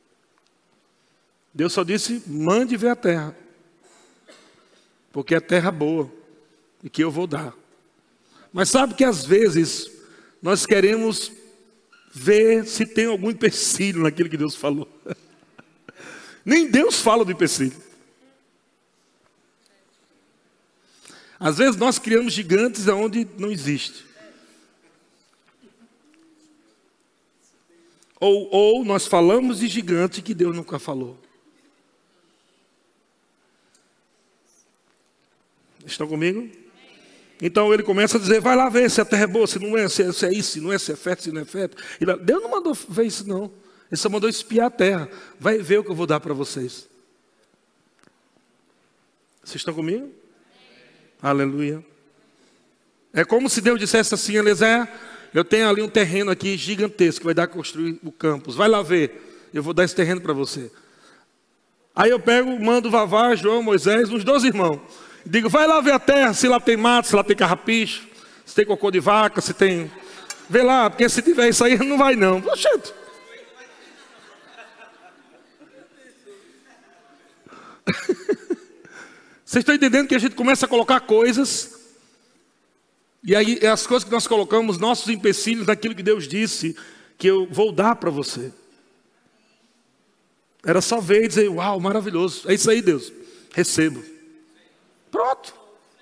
Deus só disse, mande ver a terra. Porque é terra boa e que eu vou dar. Mas sabe que às vezes nós queremos ver se tem algum empecilho naquilo que Deus falou. Nem Deus fala do empecilho. Às vezes nós criamos gigantes onde não existe. Ou nós falamos de gigante que Deus nunca falou. Estão comigo? Então ele começa a dizer, vai lá ver se a terra é boa, se não é, se é isso, se não é, se é fértil, se não é fértil. Deus não mandou ver isso não. Ele só mandou espiar a terra. Vai ver o que eu vou dar para vocês. Vocês estão comigo? Aleluia. É como se Deus dissesse assim, Eliezer, eu tenho ali um terreno aqui gigantesco, que vai dar para construir o campus. Vai lá ver, eu vou dar esse terreno para você. Aí eu pego, mando Vavá, João, Moisés, uns 12 irmãos. Digo, vai lá ver a terra, se lá tem mato, se lá tem carrapicho, se tem cocô de vaca, se tem... Vê lá, porque se tiver isso aí, não vai não. Oxente. Vocês estão entendendo que a gente começa a colocar coisas, e aí as coisas que nós colocamos, nossos empecilhos naquilo que Deus disse, que eu vou dar para você. Era só ver e dizer, uau, maravilhoso, é isso aí Deus, recebo. Pronto.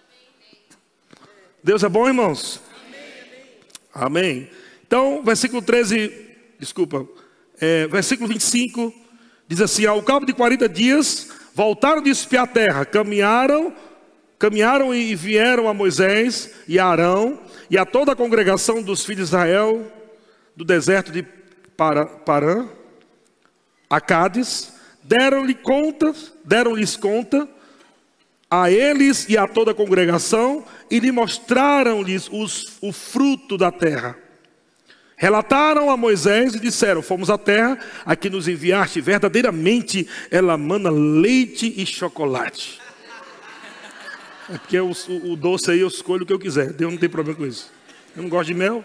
Deus é bom, irmãos? Amém. Então, versículo 13, versículo 25, diz assim, ao cabo de 40 dias... voltaram de espiar a terra, caminharam e vieram a Moisés e a Arão e a toda a congregação dos filhos de Israel do deserto de Parã, a Cádiz, deram-lhes conta a eles e a toda a congregação e lhe mostraram-lhes o fruto da terra. Relataram a Moisés e disseram, fomos à terra a que nos enviaste, verdadeiramente ela mana leite e chocolate. É porque o doce aí eu escolho o que eu quiser, Deus não tem problema com isso. Eu não gosto de mel.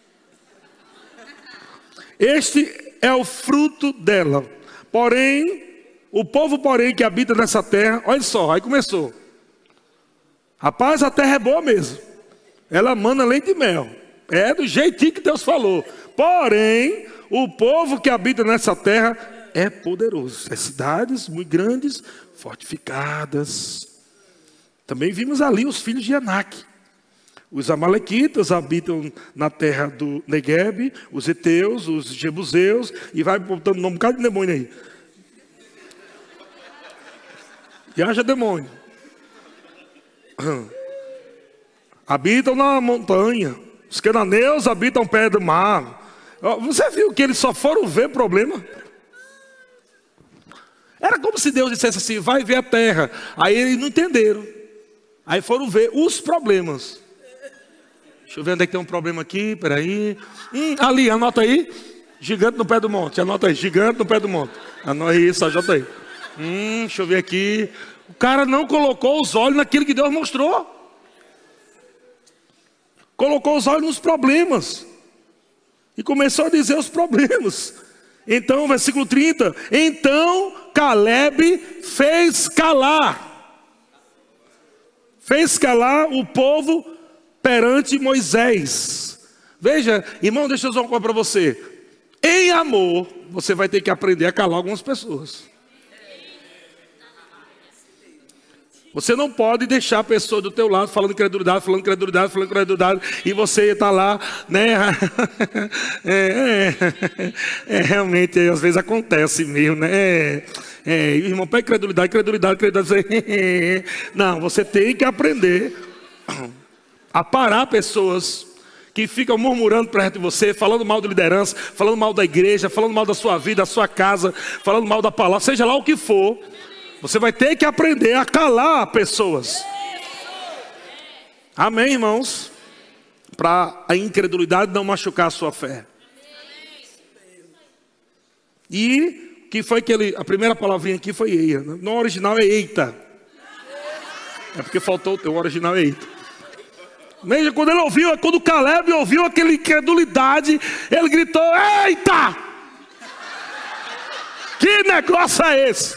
Este é o fruto dela. O povo que habita nessa terra, olha só, aí começou. Rapaz, a terra é boa mesmo. Ela mana leite e mel. É do jeitinho que Deus falou. Porém, o povo que habita nessa terra é poderoso. É cidades muito grandes, fortificadas. Também vimos ali os filhos de Anak. Os amalequitas habitam na terra do Negueb, os heteus, os jebuseus, e vai botando um bocado de demônio aí. E haja demônio. Habitam na montanha. Os cananeus habitam perto do mar. Você viu que eles só foram ver problema? Era como se Deus dissesse assim, vai ver a terra. Aí eles não entenderam. Aí foram ver os problemas. Deixa eu ver onde é que tem um problema aqui, peraí. Ali, anota aí. Gigante no pé do monte, anota aí. Gigante no pé do monte. Anota isso, anota aí. Deixa eu ver aqui. O cara não colocou os olhos naquilo que Deus mostrou. Colocou os olhos nos problemas. E começou a dizer os problemas. Então, versículo 30. Então, Caleb fez calar o povo perante Moisés. Veja, irmão, deixa eu dizer uma coisa para você. Em amor, você vai ter que aprender a calar algumas pessoas. Você não pode deixar a pessoa do teu lado falando incredulidade, e você está lá, né? Realmente, às vezes acontece mesmo, né? Irmão, pega incredulidade. Não, você tem que aprender a parar pessoas, que ficam murmurando perto de você, falando mal de liderança, falando mal da igreja, falando mal da sua vida, da sua casa, falando mal da palavra, seja lá o que for, você vai ter que aprender a calar pessoas. Amém, irmãos? Para a incredulidade não machucar a sua fé. E que foi a primeira palavrinha aqui foi eia. No original é eita. É porque faltou o original é eita. Mesmo quando ele ouviu, quando o Caleb ouviu aquela incredulidade, ele gritou: eita! Que negócio é esse?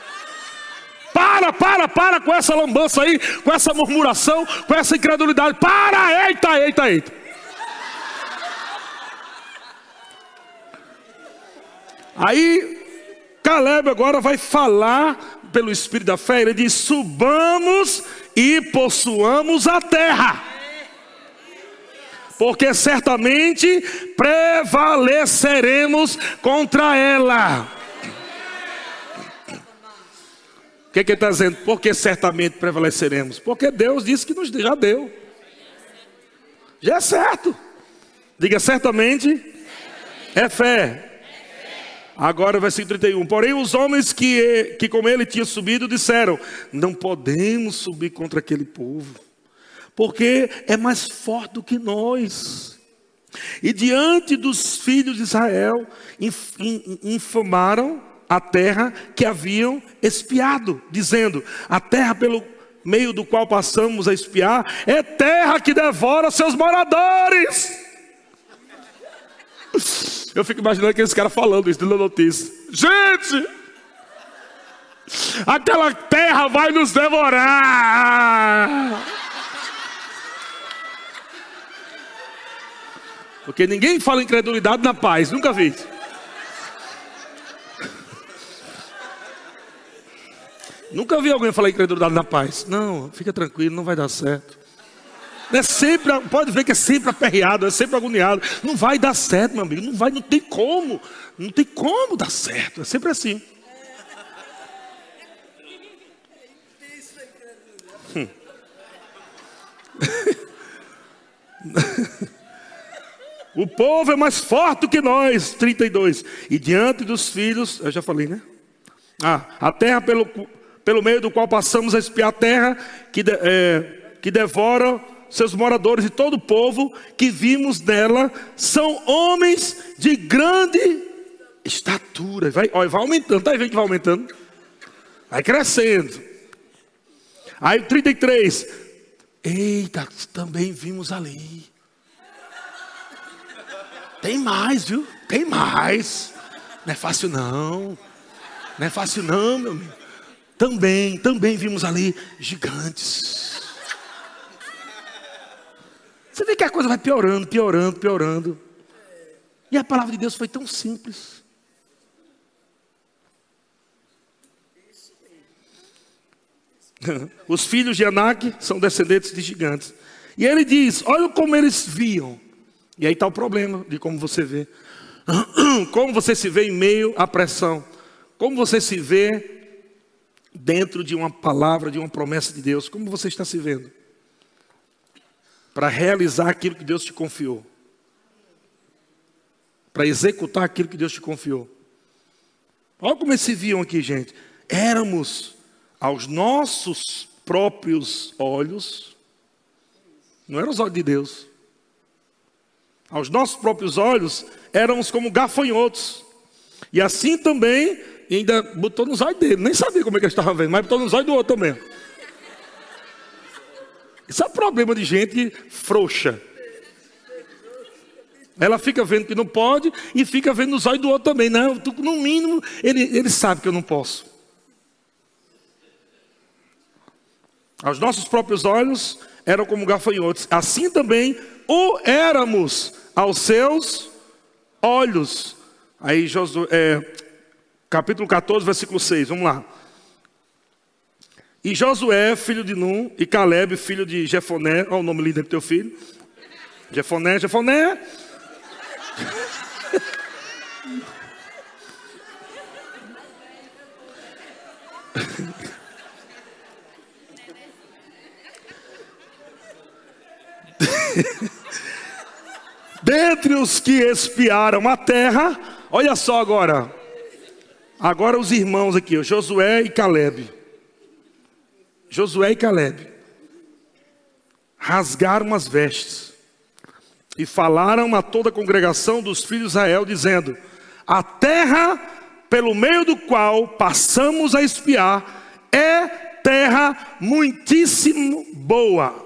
Para com essa lambança aí, com essa murmuração, com essa incredulidade. Para, eita. Aí, Caleb agora vai falar pelo Espírito da fé. Ele diz: subamos e possuamos a terra, porque certamente prevaleceremos contra ela. O que ele está dizendo? Porque certamente prevaleceremos. Porque Deus disse que nos já deu. Já é certo. Diga: certamente é fé. Agora o versículo 31. Porém os homens que com ele tinham subido disseram: não podemos subir contra aquele povo, porque é mais forte do que nós. E diante dos filhos de Israel infamaram a terra que haviam espiado, dizendo: a terra pelo meio do qual passamos a espiar é terra que devora seus moradores. Eu fico imaginando aqueles caras falando isso, dando notícia: gente, aquela terra vai nos devorar. Porque ninguém fala incredulidade na paz, nunca vi. Nunca vi alguém falar incredulidade na paz. Não, fica tranquilo, não vai dar certo. É sempre, pode ver que é sempre aperreado, é sempre agoniado. Não vai dar certo, meu amigo. Não tem como. Não tem como dar certo. É sempre assim. O povo é mais forte do que nós. 32. E diante dos filhos, eu já falei, né? A terra pelo meio do qual passamos a espiar, a terra que devora seus moradores, e todo o povo que vimos nela são homens de grande estatura. Vai aumentando, tá vendo que vai aumentando? Vai crescendo. Aí 33. Eita, também vimos ali. Tem mais, viu? Tem mais. Não é fácil não. Não é fácil não, meu amigo. Também vimos ali gigantes. Você vê que a coisa vai piorando. E a palavra de Deus foi tão simples. Os filhos de Anak são descendentes de gigantes. E ele diz: olha como eles viam. E aí está o problema de como você vê. Como você se vê em meio à pressão. Como você se vê dentro de uma palavra, de uma promessa de Deus. Como você está se vendo para realizar aquilo que Deus te confiou, para executar aquilo que Deus te confiou. Olha como eles se viam aqui, gente. Éramos aos nossos próprios olhos, não eram os olhos de Deus, aos nossos próprios olhos éramos como gafanhotos. E assim também, ainda botou nos olhos dele, nem sabia como é que ele estava vendo, mas botou nos olhos do outro também. Isso é um problema de gente frouxa. Ela fica vendo que não pode e fica vendo nos olhos do outro também. Não, no mínimo, ele sabe que eu não posso. Aos nossos próprios olhos eram como gafanhotos. Assim também o éramos aos seus olhos. Aí capítulo 14, versículo 6, vamos lá. E Josué, filho de Num, e Caleb, filho de Jefoné. Olha o nome lindo do teu filho. Jefoné. Entre os que espiaram a terra, olha só agora. Agora os irmãos aqui, ó, Josué e Caleb. Josué e Caleb rasgaram as vestes e falaram a toda a congregação dos filhos de Israel, dizendo: a terra pelo meio do qual passamos a espiar é terra muitíssimo boa.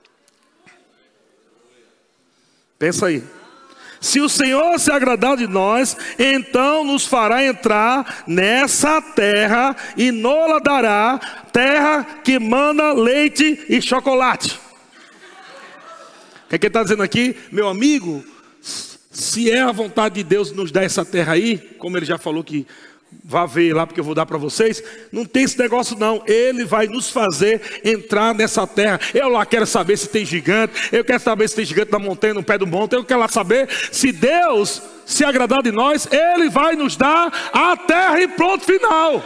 Pensa aí. Se o Senhor se agradar de nós, então nos fará entrar nessa terra e nola dará, terra que mana leite e chocolate. O que é que ele está dizendo aqui? Meu amigo, se é a vontade de Deus nos dar essa terra aí, como ele já falou que vá ver lá porque eu vou dar para vocês, não tem esse negócio não. Ele vai nos fazer entrar nessa terra. Eu lá quero saber se tem gigante, eu quero saber se tem gigante na montanha, no pé do monte, eu quero lá saber se Deus se agradar de nós, Ele vai nos dar a terra e pronto, final.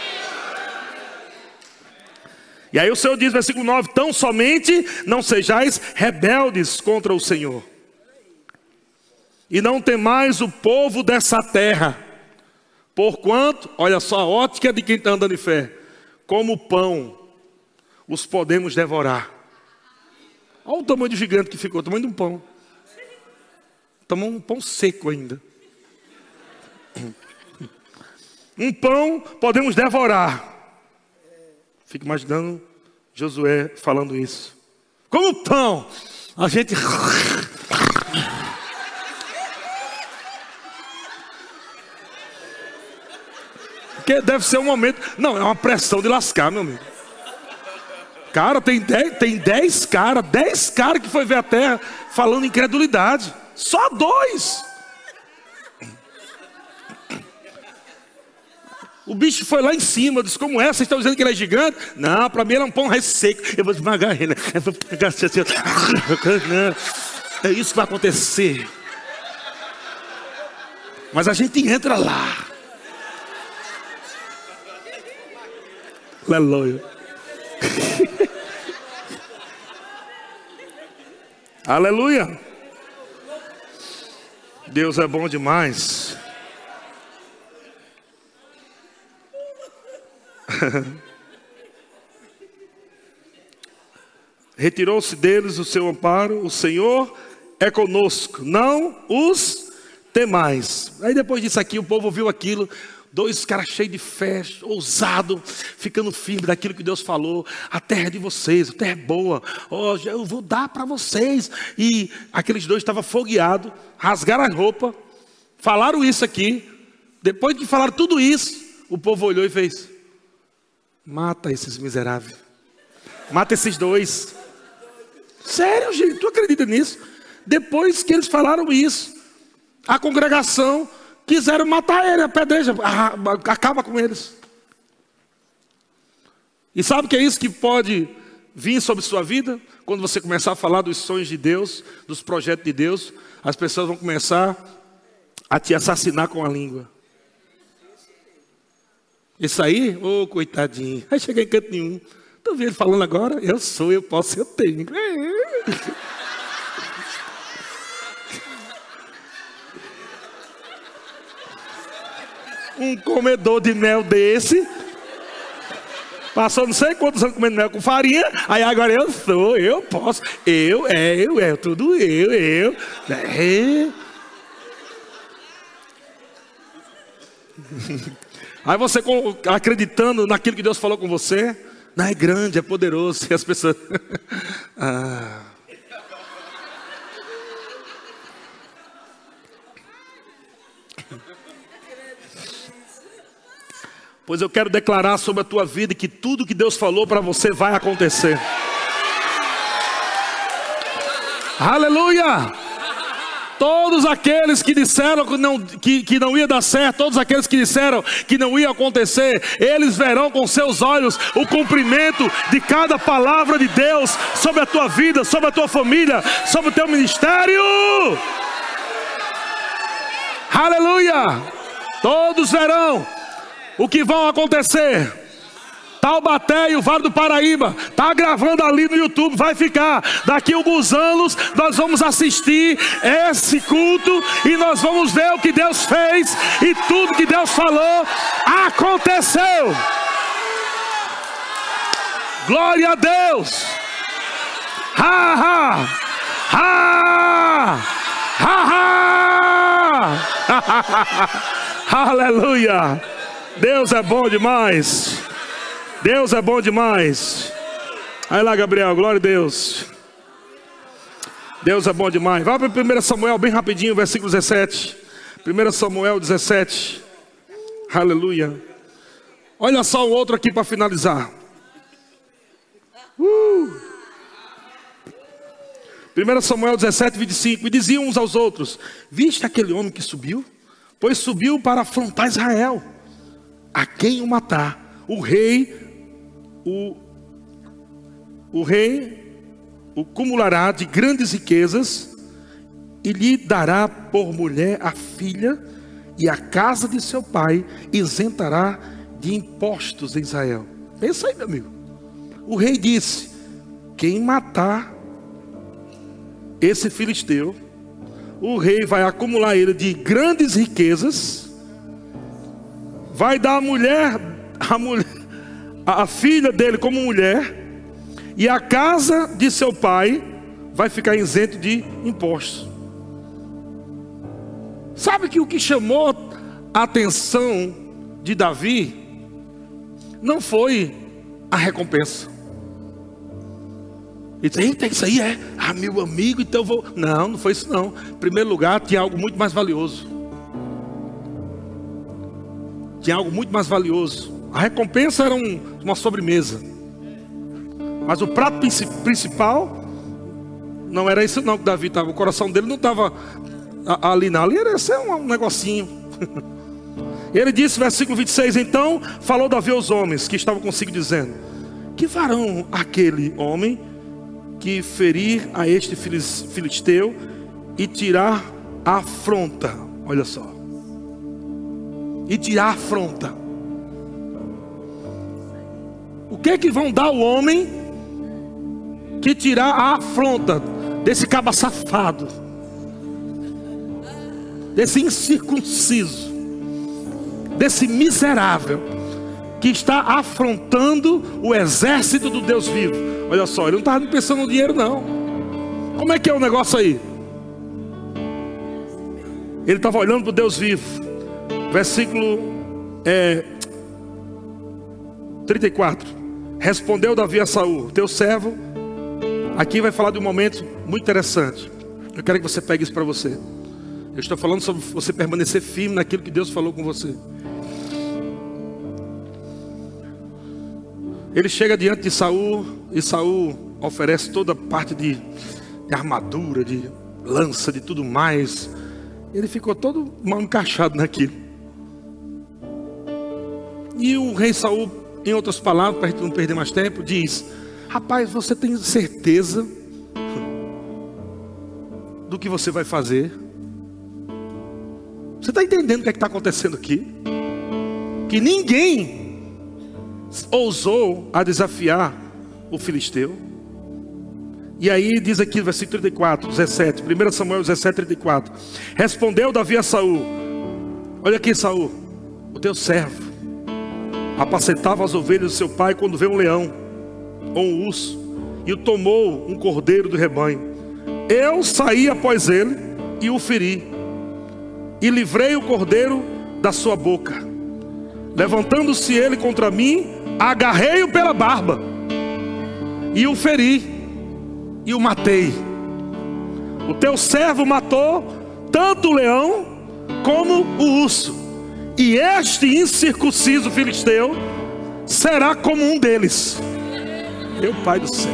E aí o Senhor diz, versículo 9: tão somente não sejais rebeldes contra o Senhor, e não temais o povo dessa terra, porquanto, olha só a ótica de quem está andando em fé, como pão os podemos devorar. Olha o tamanho do gigante que ficou, o tamanho de um pão. Tamanho de um pão seco ainda. Um pão podemos devorar. Fico imaginando Josué falando isso. Como pão, a gente... Porque deve ser um momento... Não, é uma pressão de lascar, meu amigo. Cara, tem 10 caras que foi ver a terra falando incredulidade. Só 2. O bicho foi lá em cima, disse: como é? Vocês estão dizendo que ele é gigante? Não, para mim ele é um pão resseco. Eu vou esmagar ele. Eu vou pegar assim. É isso que vai acontecer. Mas a gente entra lá. Aleluia. Aleluia. Deus é bom demais. Retirou-se deles o seu amparo. O Senhor é conosco, não os temais. Aí depois disso aqui, o povo ouviu aquilo. 2 caras cheios de fé, ousado, ficando firme daquilo que Deus falou. A terra é de vocês, a terra é boa. Oh, eu vou dar para vocês. E aqueles 2 estavam fogueados, rasgaram as roupas, falaram isso aqui. Depois que falaram tudo isso, o povo olhou e fez: mata esses miseráveis. Mata esses 2. Sério, gente, tu acredita nisso? Depois que eles falaram isso, a congregação quiseram matar ele, apedreja, acaba com eles. E sabe o que é isso que pode vir sobre sua vida? Quando você começar a falar dos sonhos de Deus, dos projetos de Deus, as pessoas vão começar a te assassinar com a língua. Isso aí, ô coitadinho, aí cheguei em canto nenhum. Tu vê ele falando agora? Eu sou, eu posso, eu tenho. Um comedor de mel desse, passou não sei quantos anos comendo mel com farinha, aí agora eu sou, eu posso, eu, tudo eu. Aí você acreditando naquilo que Deus falou com você, não, é grande, é poderoso, e as pessoas... Pois eu quero declarar sobre a tua vida que tudo que Deus falou para você vai acontecer. Aleluia! Todos aqueles que disseram que não ia dar certo, todos aqueles que disseram que não ia acontecer, eles verão com seus olhos o cumprimento de cada palavra de Deus sobre a tua vida, sobre a tua família, sobre o teu ministério. Aleluia! Todos verão o que vai acontecer. Taubaté e o Vale do Paraíba. Está gravando ali no YouTube, vai ficar. Daqui a alguns anos nós vamos assistir esse culto e nós vamos ver o que Deus fez e tudo que Deus falou aconteceu. Glória a Deus. Ha, ha, ha, ha, ha. Aleluia. Deus é bom demais. Deus é bom demais. Aí lá, Gabriel, glória a Deus. Deus é bom demais. Vai para 1 Samuel bem rapidinho, versículo 17. 1 Samuel 17. Aleluia. Olha só o outro aqui para finalizar. 1 Samuel 17, 25. E diziam uns aos outros: viste aquele homem que subiu? Pois subiu para afrontar Israel. A quem o matar, o rei o cumulará de grandes riquezas e lhe dará por mulher a filha, e a casa de seu pai isentará de impostos em Israel. Pensa aí, meu amigo. O rei disse: quem matar esse filisteu, o rei vai acumular ele de grandes riquezas, vai dar a filha dele como mulher, e a casa de seu pai vai ficar isento de impostos. Sabe que o que chamou a atenção de Davi não foi a recompensa. Ele disse: eita, isso aí é meu amigo, então eu vou. Não foi isso não. Em primeiro lugar, tinha algo muito mais valioso. Tinha algo muito mais valioso. A recompensa era uma sobremesa. Mas o prato principal não era isso não que Davi estava. O coração dele não estava ali não. Ali era ser um negocinho. Ele disse, versículo 26. Então falou Davi aos homens que estavam consigo, dizendo: que farão aquele homem que ferir a este filisteu e tirar a afronta? Olha só. E tirar a afronta. O que é que vão dar ao homem que tirar a afronta desse caba safado, desse incircunciso, desse miserável que está afrontando o exército do Deus vivo? Olha só, ele não estava pensando no dinheiro não. Como é que é o negócio aí? Ele estava olhando para o Deus vivo. Versículo 34. Respondeu Davi a Saul: teu servo. Aqui vai falar de um momento muito interessante. Eu quero que você pegue isso para você. Eu estou falando sobre você permanecer firme naquilo que Deus falou com você. Ele chega diante de Saul, e Saul oferece toda parte de armadura, de lança, de tudo mais. Ele ficou todo mal encaixado naquilo. E o rei Saul, em outras palavras, para a gente não perder mais tempo, diz: rapaz, você tem certeza do que você vai fazer? Você está entendendo o que é que está acontecendo aqui? Que ninguém ousou a desafiar o filisteu. E aí diz aqui no versículo 34, 17, 1 Samuel 17, 34. Respondeu Davi a Saul: olha aqui, Saul, o teu servo apacentava as ovelhas do seu pai quando veio um leão ou um urso e o tomou um cordeiro do rebanho. Eu saí após ele e o feri, e livrei o cordeiro da sua boca. Levantando-se ele contra mim, agarrei-o pela barba e o feri e o matei. O teu servo matou tanto o leão como o urso, e este incircunciso filisteu será como um deles. Meu Pai do céu.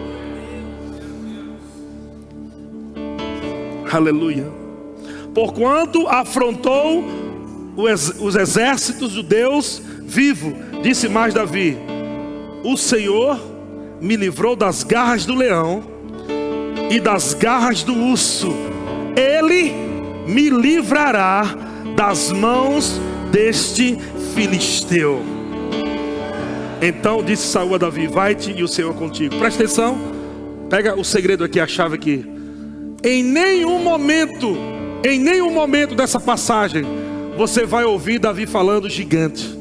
Aleluia. Porquanto afrontou os exércitos do Deus vivo, disse mais Davi: o Senhor me livrou das garras do leão e das garras do urso. Ele me livrará das mãos deste filisteu. Então disse Saul a Davi: vai-te e o Senhor contigo. Presta atenção, pega o segredo aqui, a chave aqui. Em nenhum momento dessa passagem você vai ouvir Davi falando gigante.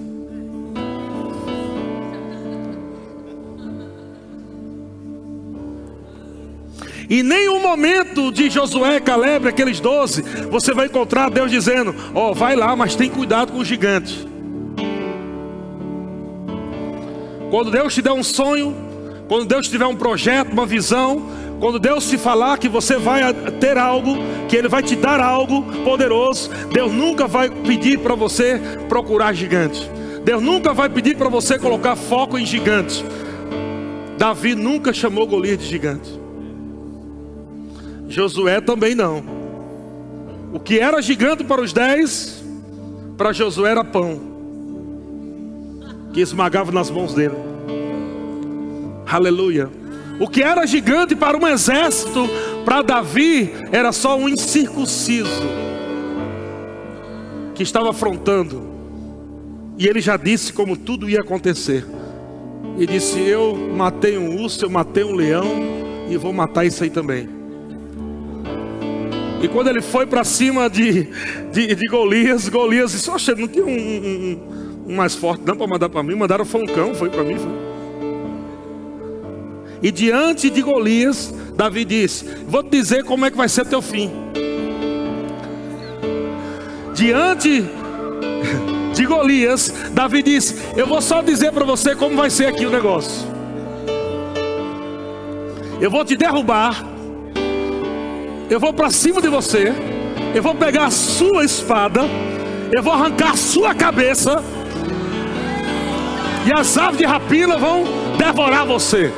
Em nenhum momento de Josué, Caleb, aqueles 12, você vai encontrar Deus dizendo: ó, vai lá, mas tem cuidado com o gigante. Quando Deus te der um sonho, quando Deus te tiver um projeto, uma visão, quando Deus te falar que você vai ter algo, que Ele vai te dar algo poderoso, Deus nunca vai pedir para você procurar gigante. Deus nunca vai pedir para você colocar foco em gigante. Davi nunca chamou Golias de gigante. Josué também não. O que era gigante para os 10, para Josué era pão, que esmagava nas mãos dele. Aleluia. O que era gigante para um exército, para Davi era só um incircunciso que estava afrontando. E ele já disse como tudo ia acontecer. E disse: eu matei um urso, eu matei um leão, e vou matar isso aí também. E quando ele foi para cima de Golias, Golias disse: oxe, não tinha um mais forte não para mandar para mim? Mandaram foi um cão, foi para mim, foi. E diante de Golias, Davi disse: vou te dizer como é que vai ser teu fim. Diante de Golias, Davi disse: eu vou só dizer para você como vai ser aqui o negócio. Eu vou te derrubar, eu vou para cima de você, eu vou pegar a sua espada, eu vou arrancar a sua cabeça, e as aves de rapina vão devorar você.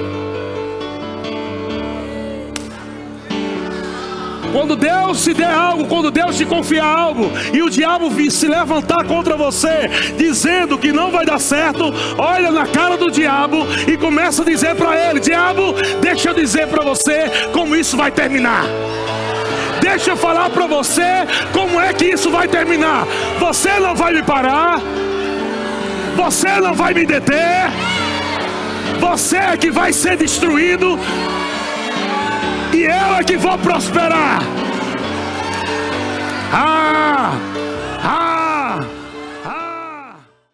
Quando Deus te der algo, quando Deus te confiar algo, e o diabo vir se levantar contra você, dizendo que não vai dar certo, olha na cara do diabo e começa a dizer para ele: diabo, deixa eu dizer para você como isso vai terminar. Deixa eu falar para você como é que isso vai terminar. Você não vai me parar, você não vai me deter, você é que vai ser destruído, e eu é que vou prosperar.